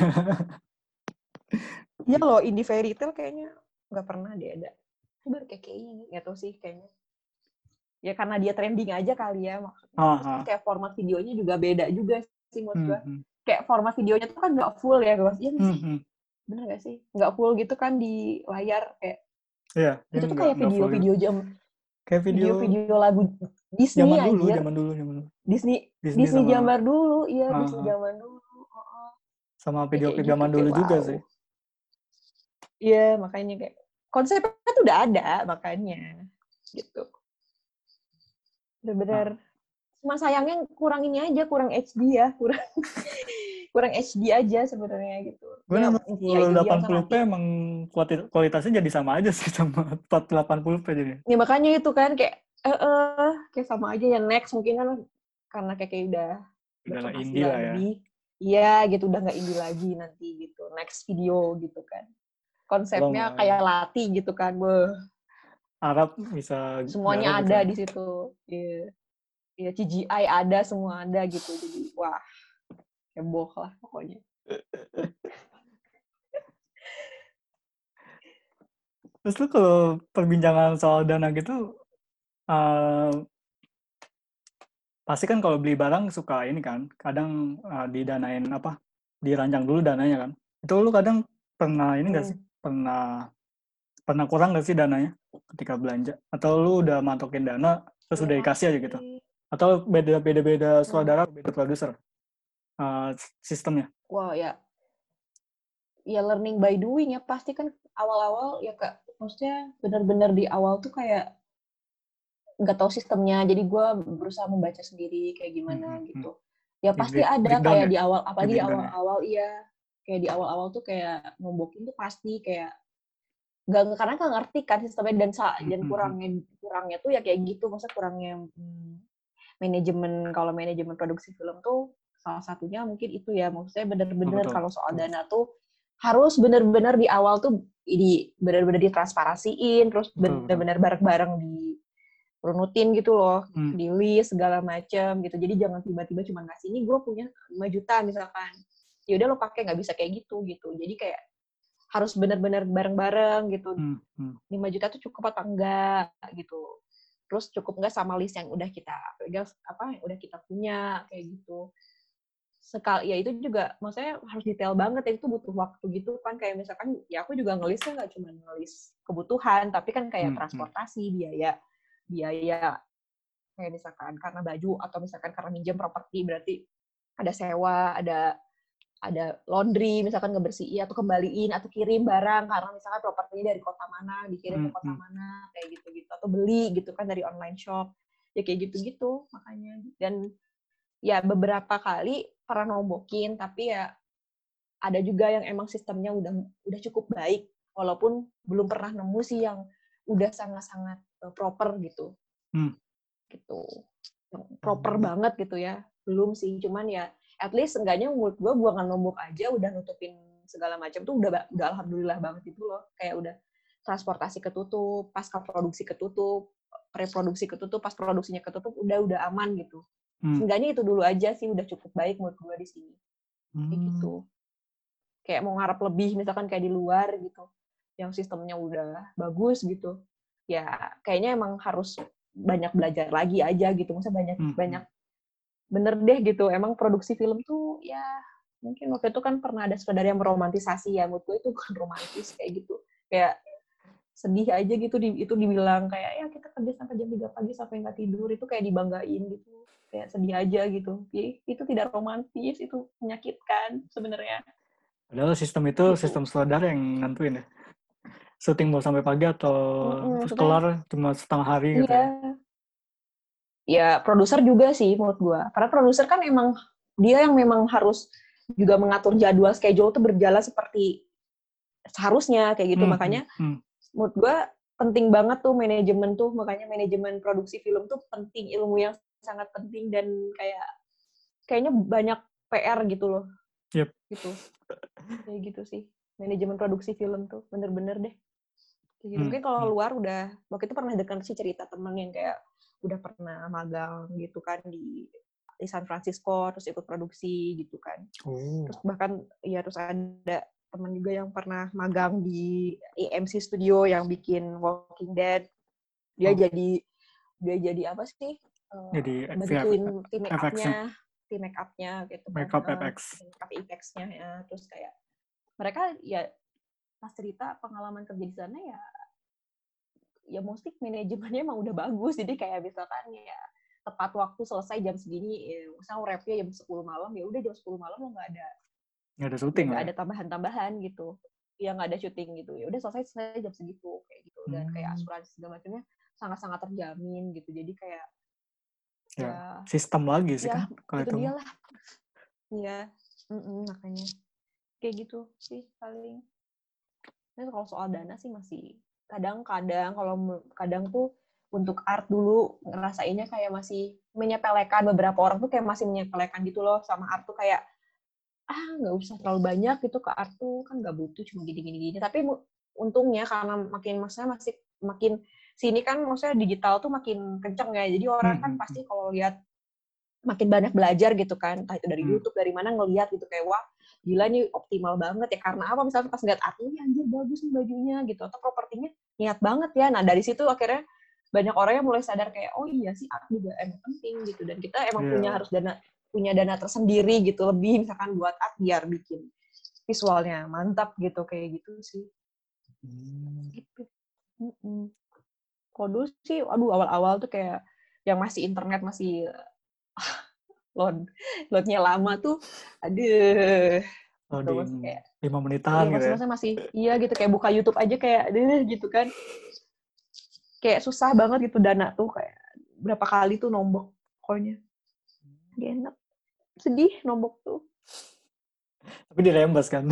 Iya loh, indie fairy tale kayaknya nggak pernah deh ada. Baru KKI, nggak tahu sih kayaknya. Ya karena dia trending aja kali ya maksudnya. Terus kayak format videonya juga beda juga sih menurut gue. Kayak format videonya tuh kan nggak full ya, guys. Iya nggak sih? Bener nggak sih? Nggak full gitu kan di layar kayak. Iya, Itu tuh kayak video-video kayak video lagu Disney anjir. Zaman dulu. Disney sama, zaman dulu, iya Disney zaman dulu. Sama video klip gitu, zaman dulu juga sih. Iya, makanya kayak konsepnya tuh udah ada makanya gitu. Bener-bener. Cuma sayangnya kurang ini aja, kurang HD ya, kurang HD aja sebenarnya gitu. Gue Ya, nonton ya itu dia 1080p emang kualitasnya jadi sama aja sih sama 480p jadi. Ya makanya itu kan kayak kayak sama aja ya, next mungkin kan karena kayak udah Indie lah ya. lebih. Iya gitu, udah nggak indie lagi nanti gitu. Next video gitu kan. Konsepnya kayak Lati gitu kan. Arab bisa semuanya ada di situ. Iya. Ya, CGI ada, semua ada gitu. Jadi wah, heboh lah pokoknya. Terus lu kalau perbincangan soal dana gitu, pasti kan kalau beli barang suka ini kan, kadang didanain dirancang dulu dananya kan. Itu lu kadang pernah ini nggak sih? Pernah kurang nggak sih dananya ketika belanja? Atau lu udah matokin dana terus udah dikasih aja gitu? Atau beda sutradara, beda produser sistemnya? Wah ya learning by doing ya, pasti kan awal-awal ya Kak, maksudnya benar-benar di awal tuh kayak nggak tahu sistemnya, jadi gue berusaha membaca sendiri kayak gimana gitu. Ya pasti ada kayak di awal, apalagi di awal-awal kayak di awal-awal tuh kayak nombokin tuh pasti kayak karena nggak ngerti kan sistemnya dan kurangnya tuh ya kayak gitu, maksudnya kurangnya manajemen. Kalau manajemen produksi film tuh salah satunya mungkin itu ya, maksudnya bener-bener kalau soal dana tuh harus bener-bener di awal tuh bener-bener ditransparasiin, terus bener-bener bareng-bareng dirunutin gitu loh, di list segala macem gitu. Jadi jangan tiba-tiba cuma ngasih, ini gue punya 5 juta misalkan, ya udah lo pakai, nggak bisa kayak gitu. Jadi kayak harus bener-bener bareng-bareng gitu. 5 juta tuh cukup apa enggak gitu. Terus cukup nggak sama list yang udah kita pegang, yang udah kita punya kayak gitu. Ya itu juga maksudnya harus detail banget ya, itu butuh waktu gitu kan. Kayak misalkan ya aku juga ngelisnya nggak cuma ngelis kebutuhan, tapi kan kayak transportasi, biaya kayak misalkan karena baju atau misalkan karena minjem properti, berarti ada sewa, ada laundry misalkan ngebersihin atau kembaliin atau kirim barang karena misalkan propertinya dari kota mana dikirim ke kota mana kayak gitu atau beli gitu kan dari online shop ya kayak gitu makanya. Dan ya beberapa kali pernah nombokin, tapi ya ada juga yang emang sistemnya udah cukup baik walaupun belum pernah nemu sih yang udah sangat-sangat proper gitu. Gitu yang proper banget gitu ya, belum sih. Cuman ya at least enggaknya menurut gue buangan nombok aja udah nutupin segala macam tuh udah alhamdulillah banget itu loh. Kayak udah transportasi ketutup, pasca produksi ketutup, preproduksi ketutup, pas produksinya ketutup udah aman gitu. Seenggaknya itu dulu aja sih udah cukup baik menurut gue di sini. Kayak gitu. Kayak mau ngarep lebih misalkan kayak di luar gitu, yang sistemnya udah bagus gitu. Ya kayaknya emang harus banyak belajar lagi aja gitu. Maksudnya banyak bener deh gitu. Emang produksi film tuh ya mungkin waktu itu kan pernah ada sutradara yang meromantisasi ya, menurut gue itu bukan romantis kayak gitu. Kayak sedih aja gitu itu dibilang kayak ya kita kerja sampai jam 3 pagi sampai nggak tidur, itu kayak dibanggain gitu. Kayak sedih aja gitu. Ya, itu tidak romantis, itu menyakitkan sebenarnya. Padahal sistem itu gitu. Sistem sutradara yang nentuin ya. Syuting mau sampai pagi atau kelar cuma setengah hari gitu ya. Ya produser juga sih menurut gua. Karena produser kan emang dia yang memang harus juga mengatur jadwal schedule tuh berjalan seperti seharusnya kayak gitu. Makanya menurut gua penting banget tuh manajemen tuh. Makanya manajemen produksi film tuh penting, ilmu yang sangat penting, dan kayaknya banyak PR gitu loh. Yep. Gitu. Kayak gitu sih manajemen produksi film tuh bener-bener deh. Gitu. Mungkin kalau luar udah, waktu itu pernah dengar sih cerita temen yang kayak udah pernah magang gitu kan di San Francisco, terus ikut produksi gitu kan. Terus bahkan ya terus ada teman juga yang pernah magang di AMC Studio yang bikin Walking Dead. Dia jadi apa sih? Jadi bantuin tim make FX-nya. up-nya gitu kan. Makeup FX. Makeup effects-nya ya. Terus kayak mereka ya pas cerita pengalaman kerja di sana ya musik manajemennya emang udah bagus, jadi kayak misalkan ya tepat waktu selesai jam segini, misalnya rapnya jam 10 malam, ya udah jam 10 malam lo nggak ada syuting ada tambahan-tambahan gitu, ya nggak ada syuting gitu, ya udah selesai jam segitu kayak gitu, dan kayak asuransi segala macamnya sangat-sangat terjamin gitu, jadi kayak ya sistem lagi sih ya, kan kalau itu itu dia lah ya. Makanya kayak gitu sih paling. Tapi kalau soal dana sih masih kadang-kadang kadang tuh untuk art dulu ngerasainnya kayak masih menyepelekan, beberapa orang tuh kayak masih menyepelekan gitu loh sama art tuh, kayak nggak usah terlalu banyak gitu ke art tuh, kan nggak butuh, cuma gini. Tapi untungnya karena makin sini kan maksudnya digital tuh makin kenceng ya, jadi orang kan pasti kalau lihat makin banyak belajar gitu kan, entah itu dari YouTube, dari mana ngelihat gitu kayak wah gila nih optimal banget ya, karena apa, misalnya pas ngeliat artnya anjir bagus nih bajunya gitu, atau propertinya niat banget ya. Nah dari situ akhirnya banyak orang yang mulai sadar kayak oh iya sih art juga emang penting gitu, dan kita emang punya dana tersendiri gitu lebih misalkan buat art biar bikin visualnya mantap gitu, kayak gitu sih. Gitu. Kalau dulu sih awal-awal tuh kayak yang masih internet masih loadnya lama tuh, aduh, gitu, masih kayak 5 menitan gitu ya. Masih iya gitu, kayak buka YouTube aja kayak gitu kan, kayak susah banget gitu, dana tuh kayak berapa kali tuh nombok, pokoknya gak enak, sedih nombok tuh. Tapi dirembes kan.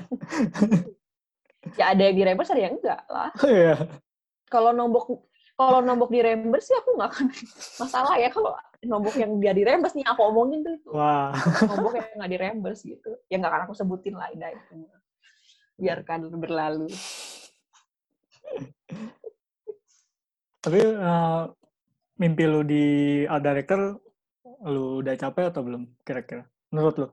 Ya ada yang dirembes, ada yang enggak lah. Iya. Kalau nombok dirembes sih aku nggak akan masalah ya, kalau nombok yang dia dirembes nih aku omongin tuh itu. Wah. Nombok yang nggak dirembes gitu, ya nggak akan aku sebutin lah, itu biarkan berlalu. Tapi mimpi lu di art director, lu udah capek atau belum kira-kira menurut lu?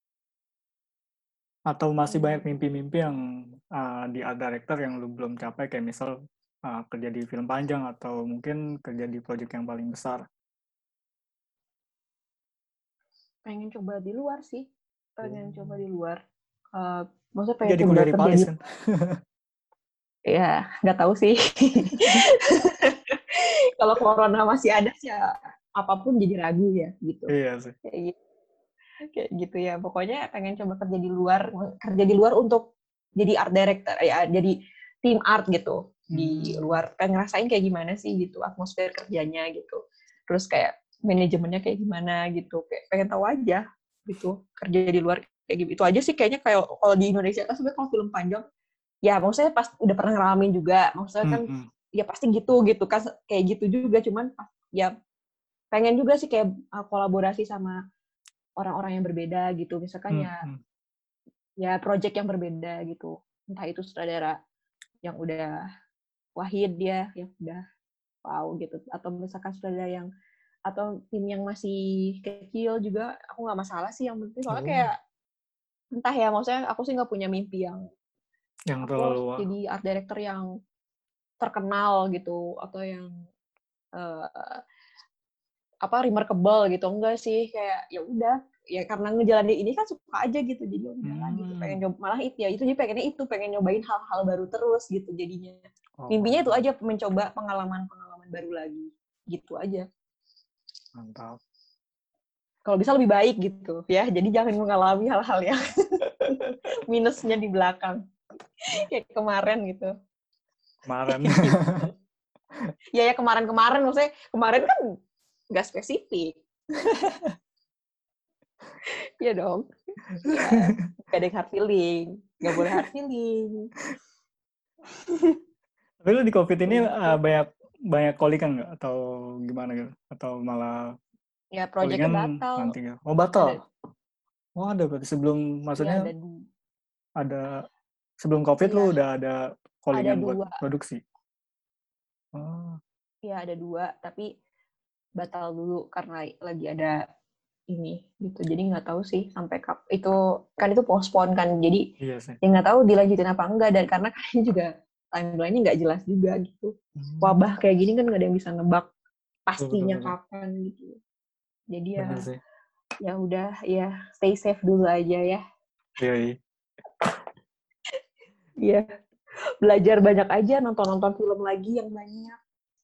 Atau masih banyak mimpi-mimpi yang di art director yang lu belum capai, kayak misal kerja di film panjang atau mungkin kerja di proyek yang paling besar? Pengen coba di luar sih, maksudnya pengen Jadi coba kuliah di kerja Paris di kan? ya nggak tahu sih. Kalau corona masih ada sih ya apapun jadi ragu ya gitu. Iya sih. Kayak gitu ya, pokoknya pengen coba kerja di luar untuk jadi art director ya, jadi tim art gitu di luar, pengen ngerasain kayak gimana sih gitu atmosfer kerjanya gitu, terus kayak manajemennya kayak gimana gitu, kayak pengen tahu aja gitu kerja di luar kayak gitu. Itu aja sih kayaknya. Kayak kalau di Indonesia kan sebenarnya kalau film panjang ya maksudnya pas udah pernah ngalamin juga, maksudnya kan ya pasti gitu kan, kayak gitu juga, cuman ya pengen juga sih kayak kolaborasi sama orang-orang yang berbeda gitu, misalkan ya project yang berbeda gitu, entah itu sutradara yang udah wahid dia yang udah wow gitu, atau misalkan sutradara yang atau tim yang masih kecil juga aku nggak masalah sih, yang penting soalnya kayak entah ya, maksudnya aku sih nggak punya mimpi yang aku harus terlalu jadi art director yang terkenal gitu, atau yang remarkable gitu, enggak sih, kayak ya udah ya karena ngejalanin ini kan suka aja gitu, jadi udahlah gitu, pengen nyoba, malah pengen nyobain hal-hal baru terus gitu jadinya. Mimpinya itu aja, mencoba pengalaman baru lagi gitu aja. Mantap. Kalau bisa lebih baik gitu ya, jadi jangan mengalami hal-hal yang minusnya di belakang kayak kemarin gitu. Gitu. Ya kemarin maksudnya kemarin kan nggak spesifik. Iya dong. Ya, gak ada yang hard feeling. Gak boleh hard feeling. Tapi lu di COVID ini banyak callingan nggak? Atau gimana gitu? Atau malah ya proyeknya batal. Nanti gitu? Oh, batal? Ada berarti sebelum, maksudnya ya, ada Sebelum COVID Iya. lu udah ada callingan buat 2. produksi? Oh. Iya, ada 2, tapi batal dulu karena lagi ada ini gitu. Jadi nggak tahu sih sampai itu kan itu postpone kan. Jadi Iya sih. ya nggak tahu dilanjutin apa enggak, dan karena kayaknya juga timeline-nya nggak jelas juga gitu. Wabah kayak gini kan nggak ada yang bisa nebak pastinya Betul. kapan gitu. Jadi ya udah ya stay safe dulu aja ya. Iya. Iya. Belajar banyak aja, nonton film lagi yang banyak.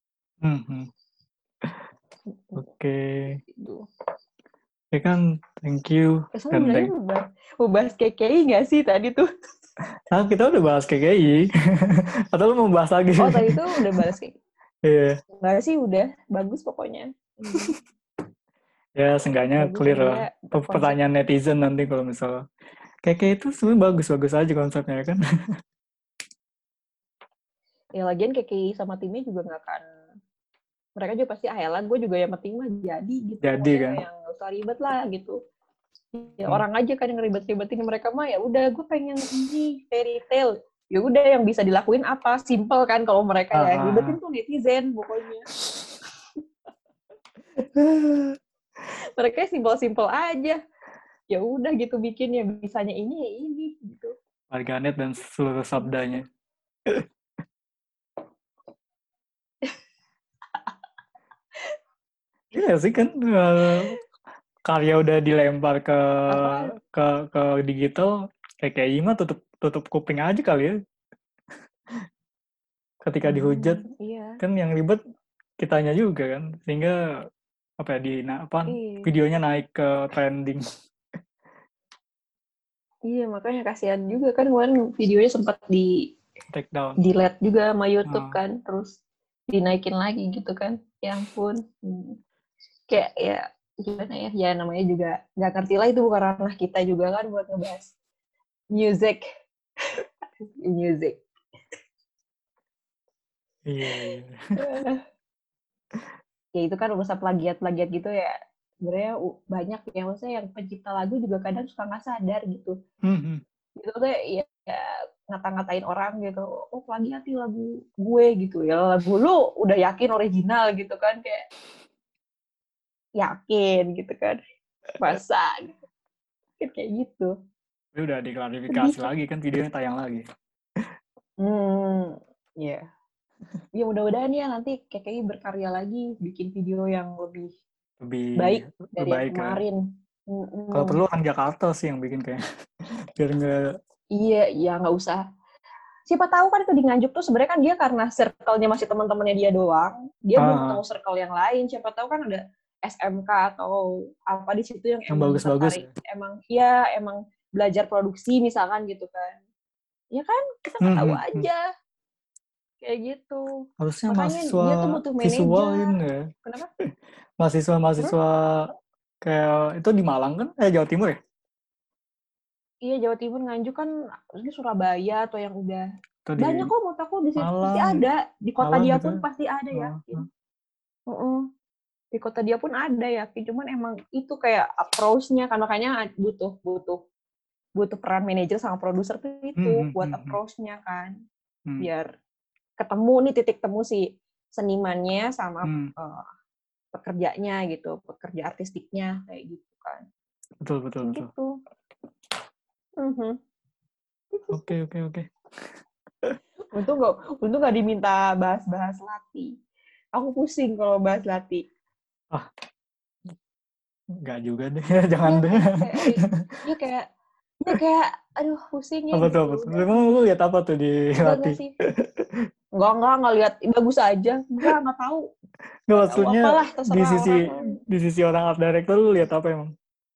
Oke. Gitu. Ya kan, thank you. Sebenarnya mau bahas KKI nggak sih tadi tuh? Nah, kita udah bahas KKI. Atau lu mau bahas lagi? Oh, tadi tuh udah bahas KKI. Iya. Nggak sih, udah. Bagus pokoknya. Ya, seenggaknya Bagus, clear lah. Pertanyaan netizen nanti kalau misalnya. KKI itu sebenarnya bagus-bagus aja konsepnya kan. Ya, lagian KKI sama timnya juga nggak akan. Mereka juga pasti, lah gue juga yang penting mah jadi gitu. Jadi kan. Yang nggak usah ribet lah gitu. Ya, orang aja kan yang ribet-ribetin, mereka mah ya udah gue pengen ini fairy tale. Ya udah yang bisa dilakuin apa? Simple kan kalau mereka ya. Ribetin tuh netizen pokoknya. Mereka simpel-simpel aja. Ya udah gitu bikinnya, bisanya ini ya ini gitu. Warganet dan seluruh sabdanya. Iya sih kan karya udah dilempar ke digital, KKI mah tutup kuping aja kali ya. Ketika dihujat, iya. kan yang ribet kitanya juga kan, sehingga videonya naik ke trending. Iya, makanya kasihan juga kan, kemarin videonya sempat take down, delete juga sama YouTube kan, terus dinaikin lagi gitu kan. Ya ampun. Kayak ya gimana ya, ya namanya juga nggak ngerti lah, itu bukan ranah kita juga kan buat ngebahas music. Iya. Ya itu kan urusan plagiat gitu ya, sebenarnya banyak ya, maksudnya yang pencipta lagu juga kadang suka nggak sadar gitu. Gitu tuh ya ngata-ngatain orang gitu, oh plagiatin lagu gue gitu, ya lagu lu udah yakin original gitu kan, kayak yakin gitu kan, masa gitu. Kayak gitu. Tapi udah diklarifikasi lagi kan, videonya tayang lagi. Ya. Ya mudah-mudahan ya nanti KKI berkarya lagi, bikin video yang lebih baik dari yang kemarin. Kalau perlu orang Jakarta sih yang bikin kayak biar nggak. Iya, ya nggak usah. Siapa tahu kan itu di Nganjuk tuh sebenarnya kan dia karena circle-nya masih teman-temannya dia doang, dia belum ketemu circle yang lain. Siapa tahu kan ada SMK atau apa di situ yang emang bagus-bagus. Emang belajar produksi misalkan gitu kan. Ya kan, kita nggak tahu aja. Kayak gitu. Harusnya makanya mahasiswa dia tuh butuh visual manajer. Ya. Kenapa? Mahasiswa kayak itu di Malang kan? Jawa Timur ya? Iya, Jawa Timur, Nganjuk kan ini Surabaya atau yang udah banyak kok menurut aku di situ pasti Malang, ada. Di kota Malang dia gitu. pun pasti ada yakin. Di kota dia pun ada yakin. Cuman emang itu kayak approach-nya kan, makanya butuh peran manajer sama produser tuh itu buat approach-nya kan. Biar ketemu nih titik temu si senimannya sama pekerjanya gitu, pekerja artistiknya kayak gitu kan. Betul. Gitu. Oke. Untung nggak diminta bahas Lati. Aku pusing kalau bahas Lati. Nggak juga deh, jangan deh. Ya kayak, aduh pusing ya. Apa tuh? Memang lu lihat apa tuh di Lati? Enggak lihat, bagus aja. Enggak tahu. Nggak, maksudnya apalah, di sisi orang art director lu lihat apa emang?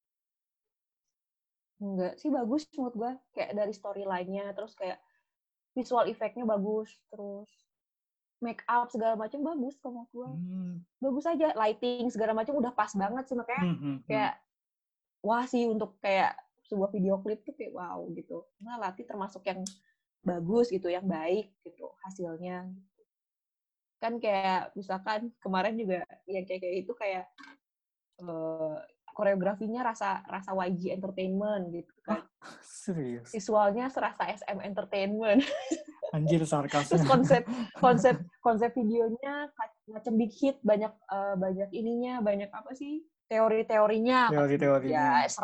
Enggak sih, bagus menurut gue. Kayak dari storyline-nya, terus kayak visual effect-nya bagus, terus make up segala macam bagus menurut gue. Bagus aja, lighting segala macam udah pas banget sih, makanya kayak wah sih untuk kayak sebuah video klip tuh kayak wow gitu. Nah, Lati termasuk yang bagus gitu, yang baik gitu hasilnya. Kan kayak misalkan kemarin juga yang kayak itu kayak koreografinya rasa YG Entertainment gitu kan. Serius? Visualnya serasa SM Entertainment. Anjir Terus sarkasnya. konsep videonya macam big hit, banyak ininya, banyak apa sih, teori-teorinya. Teori-teorinya. Ya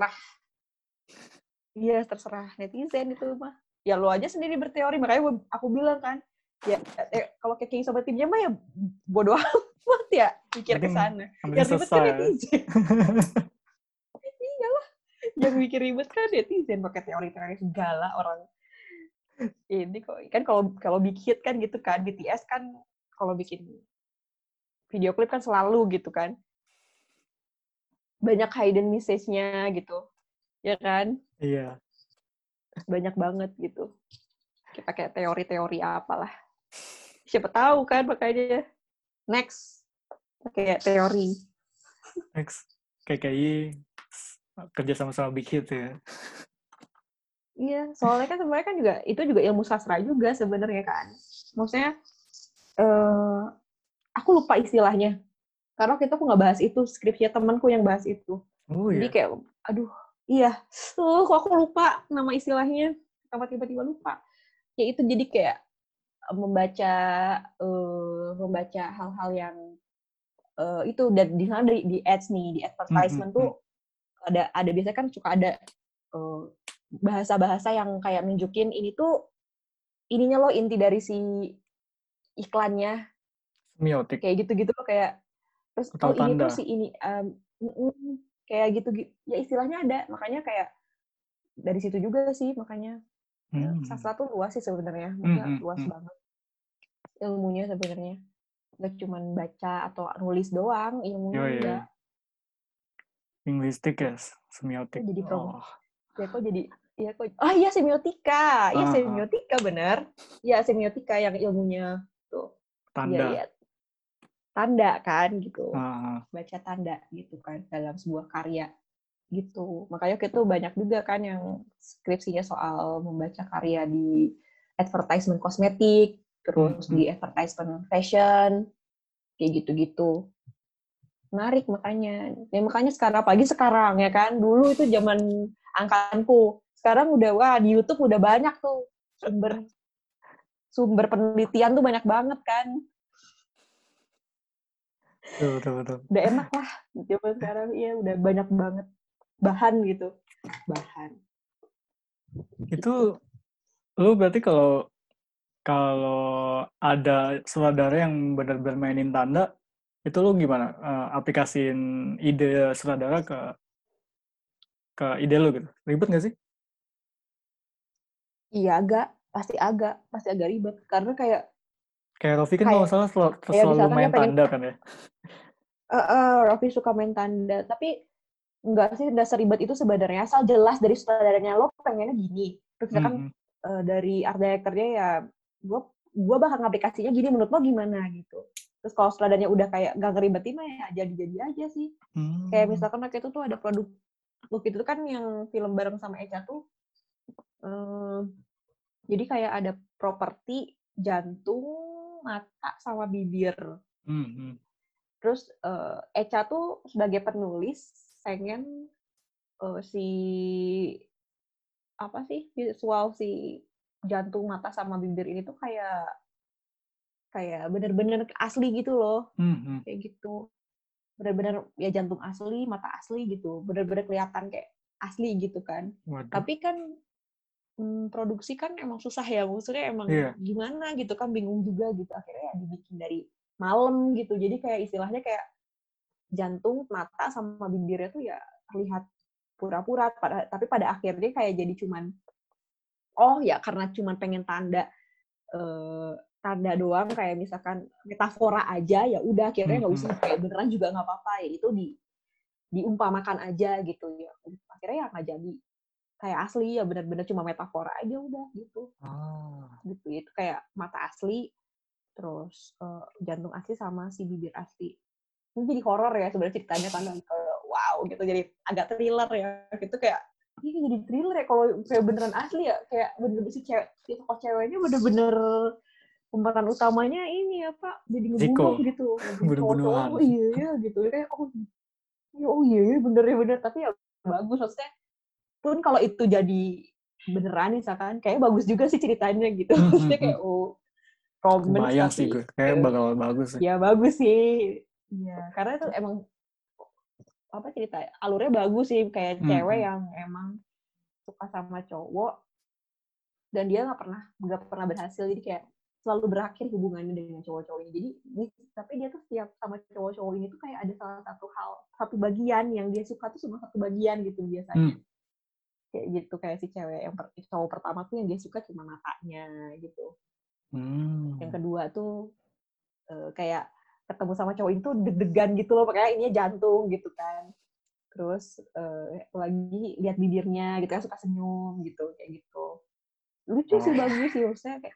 terserah netizen itu mah. Ya lo aja sendiri berteori, makanya aku bilang kan, ya kalau kayak sobat timnya mah ya bodoh amat ya, pikir ke sana. Yang ribet kan netizen. Iyalah, yang bikin ribet kan netizen pakai teori-teori segala orang. Ini kok kan kalau big hit kan gitu kan, BTS kan kalau bikin video klip kan selalu gitu kan, banyak hidden message-nya gitu, ya kan? Iya. Banyak banget gitu. Kita pakai teori-teori apalah. Siapa tahu kan, makanya next pakai teori. Next KKI kerja sama big hit ya. Iya, soalnya kan sebenarnya kan itu juga ilmu sastra juga sebenarnya kan. Maksudnya aku lupa istilahnya. Karena waktu itu aku nggak bahas itu, skripsinya temanku yang bahas itu. Oh, jadi iya? kayak, aduh, iya. Kok aku lupa nama istilahnya. Tiba-tiba lupa. Ya itu jadi kayak membaca hal-hal yang itu, dan di sana di ads nih, di advertisement tuh ada biasanya kan suka ada bahasa-bahasa yang kayak nunjukin ini tuh ininya loh, inti dari si iklannya. Semiotik. Kayak gitu-gitu loh, kayak terus Atau ini tanda. tuh si ini kayak gitu ya, istilahnya ada, makanya kayak dari situ juga sih, makanya sastra tuh luas sih sebenarnya, maksudnya luas banget ilmunya sebenarnya, nggak cuma baca atau nulis doang ilmunya, enggak. Linguistik ya, semiotik. Jadi iya semiotika benar. Iya semiotika yang ilmunya tuh. Iya tanda kan gitu. Baca tanda gitu kan dalam sebuah karya gitu. Makanya kita banyak juga kan yang skripsinya soal membaca karya di advertisement kosmetik, terus di advertisement fashion, kayak gitu-gitu. Menarik makanya. Ya makanya sekarang ya kan. Dulu itu zaman angkatanku. Sekarang udah di YouTube udah banyak tuh sumber penelitian tuh banyak banget kan. Betul. Udah enak lah. Zaman sekarang ya udah banyak banget bahan gitu. Itu lu berarti kalau ada sutradara yang benar-benar mainin tanda, itu lu gimana? Aplikasiin ide sutradara ke ide lu gitu. Ribet nggak sih? Iya, pasti agak ribet karena kayak Raffi kan kalau salah selalu misalkan main tanda kan ya. Raffi suka main tanda, tapi enggak sih, udah seribet itu sebenarnya, asal jelas dari sutradaranya, lo pengennya gini, terus misalkan dari art director-nya ya gue bakal ngaplikasinya gini, menurut lo gimana gitu. Terus kalau sutradaranya udah kayak gak ngeribetin mah ya jadi aja sih. Kayak misalkan waktu itu tuh ada produk waktu itu kan yang film bareng sama Echa tuh, jadi kayak ada properti jantung, mata, sama bibir. Terus Echa tuh sebagai penulis pengen visual si jantung, mata, sama bibir ini tuh kayak bener-bener asli gitu loh. Kayak gitu. Bener-bener ya jantung asli, mata asli gitu. Bener-bener kelihatan kayak asli gitu kan. Waduh. Tapi kan produksi kan emang susah ya, maksudnya emang gimana gitu kan, bingung juga gitu. Akhirnya ya dibikin dari malam gitu. Jadi kayak istilahnya kayak jantung, mata, sama bibirnya tuh ya terlihat pura-pura, tapi pada akhirnya kayak jadi cuman karena cuman pengen tanda doang, kayak misalkan metafora aja, ya udah akhirnya nggak usah kayak beneran juga nggak apa-apa, ya itu diumpamakan aja gitu ya. Akhirnya ya nggak jadi kayak asli, ya bener-bener cuma metafora aja udah gitu. Gitu itu kayak mata asli, terus jantung asli, sama si bibir asli. Ini jadi horor ya sebenarnya ceritanya kan, wow gitu, jadi agak thriller ya gitu, kayak ini jadi thriller ya kalau kayak beneran asli ya, kayak bener-bener si tokoh ceweknya bener-bener pemeran utamanya ini jadi ngebunuh gitu, bunuh-bunuhan. iya gitu kayak oh iya bener. Tapi ya bagus, maksudnya pun kalau itu jadi beneran misalkan, kayak bagus juga sih ceritanya gitu. Maksudnya kayak romance Kebayang sih tapi gue, kayak bakal bagus sih. ya bagus sih. Iya, karena itu emang apa cerita alurnya bagus sih, kayak cewek yang emang suka sama cowok dan dia nggak pernah berhasil, jadi kayak selalu berakhir hubungannya dengan cowok-cowok ini. Jadi tapi dia tuh setiap sama cowok-cowok ini tuh kayak ada salah satu bagian yang dia suka tuh cuma satu bagian gitu biasanya. Kayak gitu, kayak si cewek cowok pertama tuh yang dia suka cuma matanya gitu. Yang kedua tuh kayak ketemu sama cowok itu deg-degan gitu loh, makanya ininya jantung gitu kan. Terus lagi lihat bibirnya gitu kan, suka senyum gitu, kayak gitu. Lucu sih, bagus sih, maksudnya kayak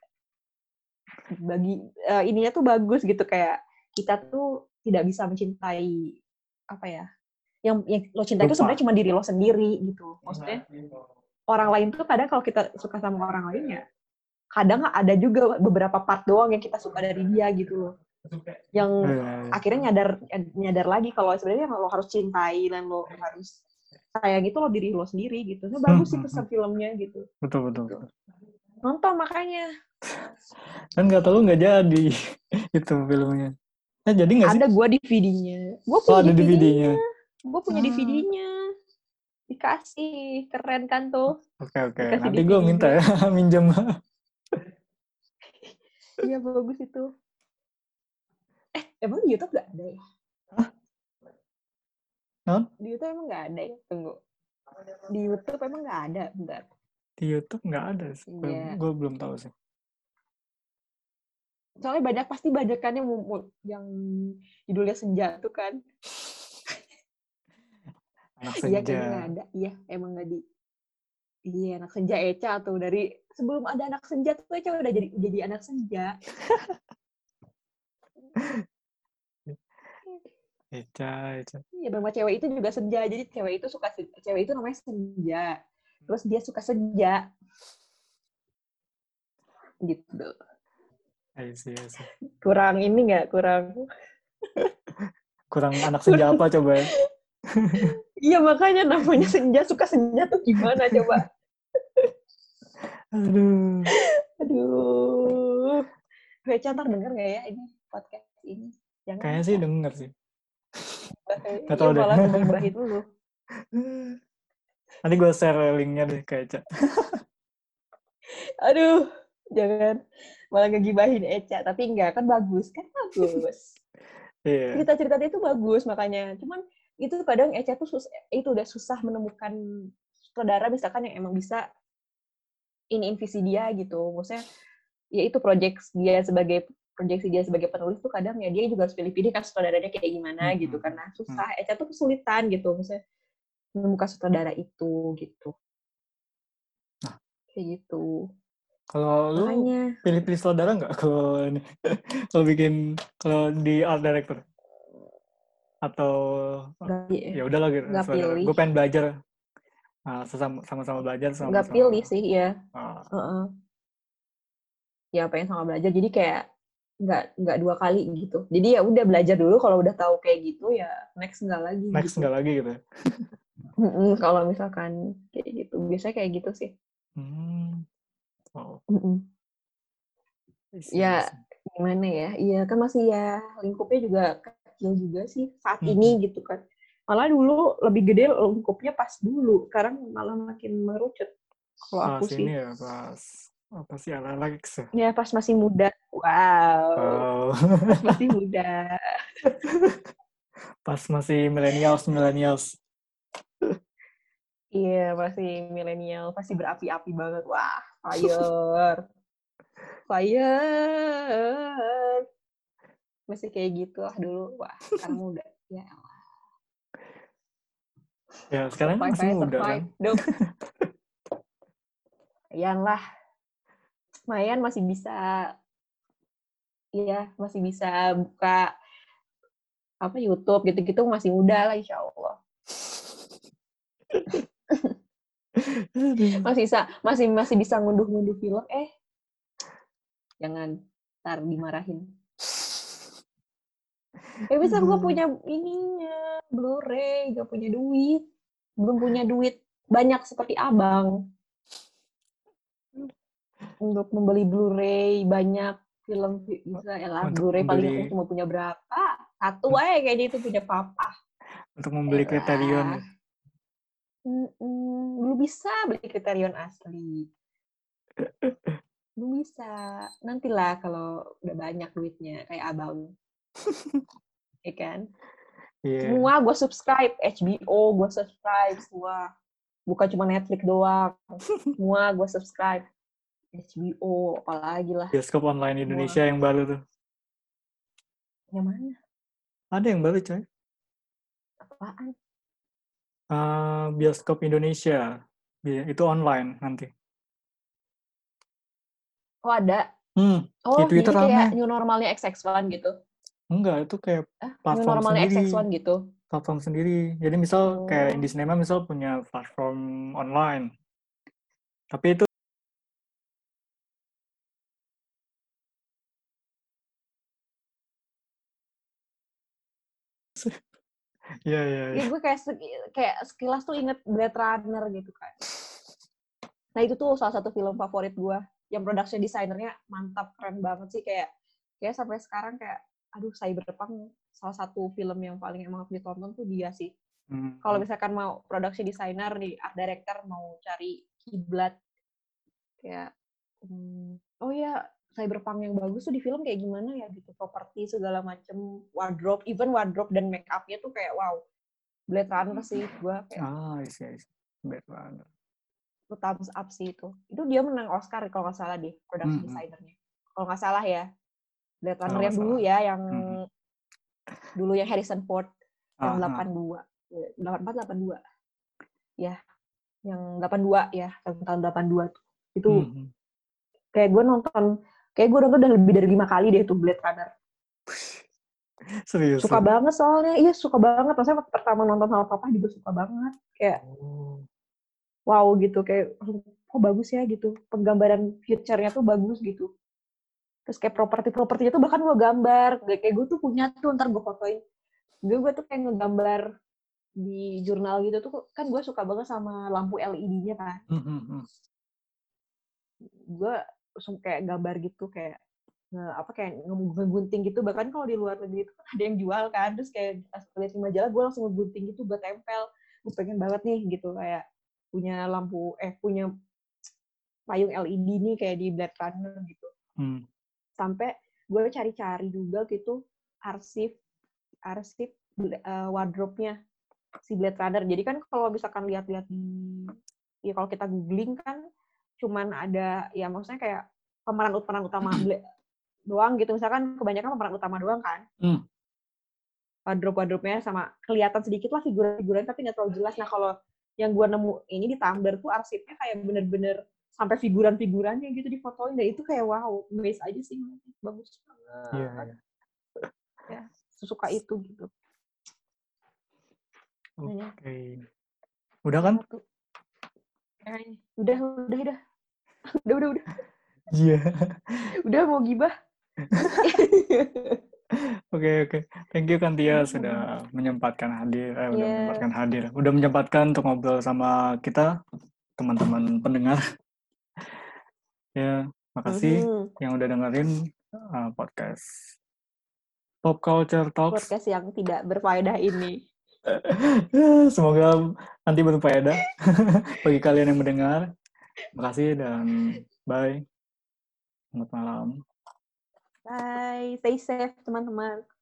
ininya tuh bagus gitu, kayak kita tuh tidak bisa mencintai apa ya, yang lo cintai itu sebenarnya cuma diri lo sendiri gitu. Maksudnya orang lain tuh kadang kalau kita suka sama orang lain ya kadang ada juga beberapa part doang yang kita suka dari dia gitu loh, yang akhirnya nyadar lagi kalau sebenarnya lo harus cintai dan lo harus sayang itu lo diri lo sendiri gitu. Itu bagus sih pesan filmnya gitu. Betul. Nonton makanya. Kan nggak tahu nggak jadi itu filmnya. Jadi nggak sih? Ada gue DVD-nya. Gue punya ada DVD-nya. Gue punya DVD-nya. Dikasih. Keren kan tuh. Oke. Nanti gue minta ya minjem. Iya bagus itu. Emang di YouTube nggak ada ya? Di YouTube emang nggak ada ya? Tunggu. Di YouTube emang nggak ada? Bentar. Di YouTube nggak ada. Gue belum tahu sih. Soalnya pasti banyak kan yang judulnya Senja tuh kan. Anak Senja. Iya kayaknya nggak ada. Iya emang nggak di. Iya Anak Senja Echa tuh, dari sebelum ada Anak Senja tuh Echa udah jadi Anak Senja. Echa. Iya, bahwa cewek itu juga senja. Jadi cewek itu namanya Senja. Terus dia suka senja. Gitu. I see. Kurang ini nggak? Kurang anak senja apa coba ya? Iya, makanya namanya senja, suka senja tuh gimana coba? Aduh. Reca ntar denger nggak ya ini podcast ini? Jangan. Kayaknya sih denger sih. Gak tau deh. Malah ngegibahin dulu. Nanti gue share linknya deh ke Echa. Aduh, jangan. Malah ngegibahin Echa. Tapi enggak, kan bagus. Iya. Cerita-cerita dia itu bagus, makanya. Cuman itu kadang Echa tuh itu udah susah menemukan sutradara misalkan yang emang bisa ini visi dia gitu. Maksudnya ya itu proyeksi dia sebagai penulis tuh kadang ya dia juga harus pilih-pilih kan sutradaranya kayak gimana gitu, karena susah. Echa tuh kesulitan gitu maksudnya menemukan sutradara itu gitu. Nah, kayak gitu. Kalau lu pilih-pilih sutradara nggak kalau ini? kalau di art director atau ya udahlah gitu. Gue pengen belajar. Sama-sama belajar sama-sama. Nggak pilih sih ya. Ya pengen sama belajar, jadi kayak nggak 2 kali gitu. Jadi ya udah belajar dulu, kalau udah tahu kayak gitu ya next nggak lagi gitu. Kalau misalkan kayak gitu biasanya kayak gitu sih. Ya gimana ya, iya kan masih ya lingkupnya juga kecil juga sih saat ini gitu kan. Malah dulu lebih gede lingkupnya pas dulu, sekarang malah makin merucut kalau aku sih. Ya, pas apa sih Alex ya pas masih muda. Wow. Pas masih muda. Pas masih millennials. Iya, masih milenial, pasti berapi-api banget. Wah, fire. Masih kayak gitu lah dulu. Wah, sekarang muda. Ya, sekarang masih muda kan? Iyalah. Lumayan masih bisa buka YouTube gitu-gitu, masih muda lah insya Allah. masih bisa ngunduh film. Jangan ntar dimarahin. Bisa gue punya ininya, Blu-ray, gak punya duit. Belum punya duit banyak seperti abang. Untuk membeli Blu-ray banyak film bisa Blu-ray paling aku cuma punya berapa? Satu aja kayaknya itu punya papa. Untuk membeli Criterion. Belum bisa beli Criterion asli. Belum bisa. Nantilah kalau udah banyak duitnya kayak abang. Ya kan? Yeah. Semua gue subscribe, HBO gue subscribe semua. Bukan cuma Netflix doang. Semua gue subscribe. HBO, apalagi lah. Bioskop online Indonesia yang baru tuh. Yang mana? Ada yang baru, coy. Apaan? Bioskop Indonesia. Itu online nanti. Oh, ada? Di Twitter jadi kayak rame. new normalnya XX1 gitu? Enggak, itu kayak platform new normalnya sendiri. XX1 gitu? Platform sendiri. Jadi misal kayak Indie-Cinema misal punya platform online. Tapi itu Iya. Gue kayak sekilas tuh inget Blade Runner gitu kan. Nah itu tuh salah satu film favorit gue. Yang production designernya mantap, keren banget sih. Kayak sampai sekarang kayak, aduh Cyberpunk salah satu film yang paling emang ditonton tuh dia sih. Kalau misalkan mau production designer nih, art director mau cari kiblat kayak, oh ya Cyberpunk yang bagus tuh di film kayak gimana ya gitu, properti segala macem, wardrobe dan make up-nya tuh kayak wow. Blade Runner sih gue kayak. Isi. Blade Runner. Itu thumbs up sih itu. Itu dia menang Oscar kalau nggak salah deh, production designernya. Kalau nggak salah ya. Blade Runner yang dulu ya, yang dulu yang Harrison Ford yang 82. 84 82. Ya. Yang 82 ya, tahun 82 tuh. Itu kayak gue nonton, kayak gue nonton udah lebih dari 5 kali deh tuh Blade Runner. Serius? Suka banget soalnya. Iya, suka banget. Maksudnya pertama nonton sama papa juga suka banget. Kayak wow gitu, kayak kok bagus ya gitu. Penggambaran future-nya tuh bagus gitu. Terus kayak properti-propertinya tuh bahkan gue gambar. Kayak gue tuh punya tuh, ntar gue fotoin. Gue tuh kayak ngegambar di jurnal gitu tuh, kan gue suka banget sama lampu LED-nya kan. Gue langsung kayak gambar gitu, kayak ngegunting gitu. Bahkan kalau di luar negeri itu kan ada yang jual kan, terus kayak pas lihat di majalah gue langsung ngegunting gitu buat tempel. Gue pengen banget nih gitu, kayak punya punya payung LED nih kayak di Blade Runner gitu. Sampai gue cari-cari juga gitu arsip wardrobe-nya si Blade Runner. Jadi kan kalau misalkan lihat-lihat ya kalau kita googling kan cuman ada ya maksudnya kayak pemeran utama doang gitu, misalkan kebanyakan pemeran utama doang kan. Wardrobe-nya sama kelihatan sedikit lah figuran tapi nggak terlalu jelas. Nah kalau yang gue nemu ini di Tumblr tuh arsipnya kayak bener-bener sampai figuran-figurannya gitu difotoin, dan itu kayak wow, amazed aja sih, bagus banget. Iya. Ya, suka itu gitu. Oke. Udah kan? Udah. Iya. Udah mau gibah. Oke. Thank you kan Tia sudah menyempatkan hadir. Udah menyempatkan untuk ngobrol sama kita, teman-teman pendengar. Ya, makasih yang udah dengerin podcast Pop Culture Talks. Podcast yang tidak berfaedah ini. Semoga nanti berfaedah bagi kalian yang mendengar. Makasih dan bye. Selamat malam. Bye. Stay safe teman-teman.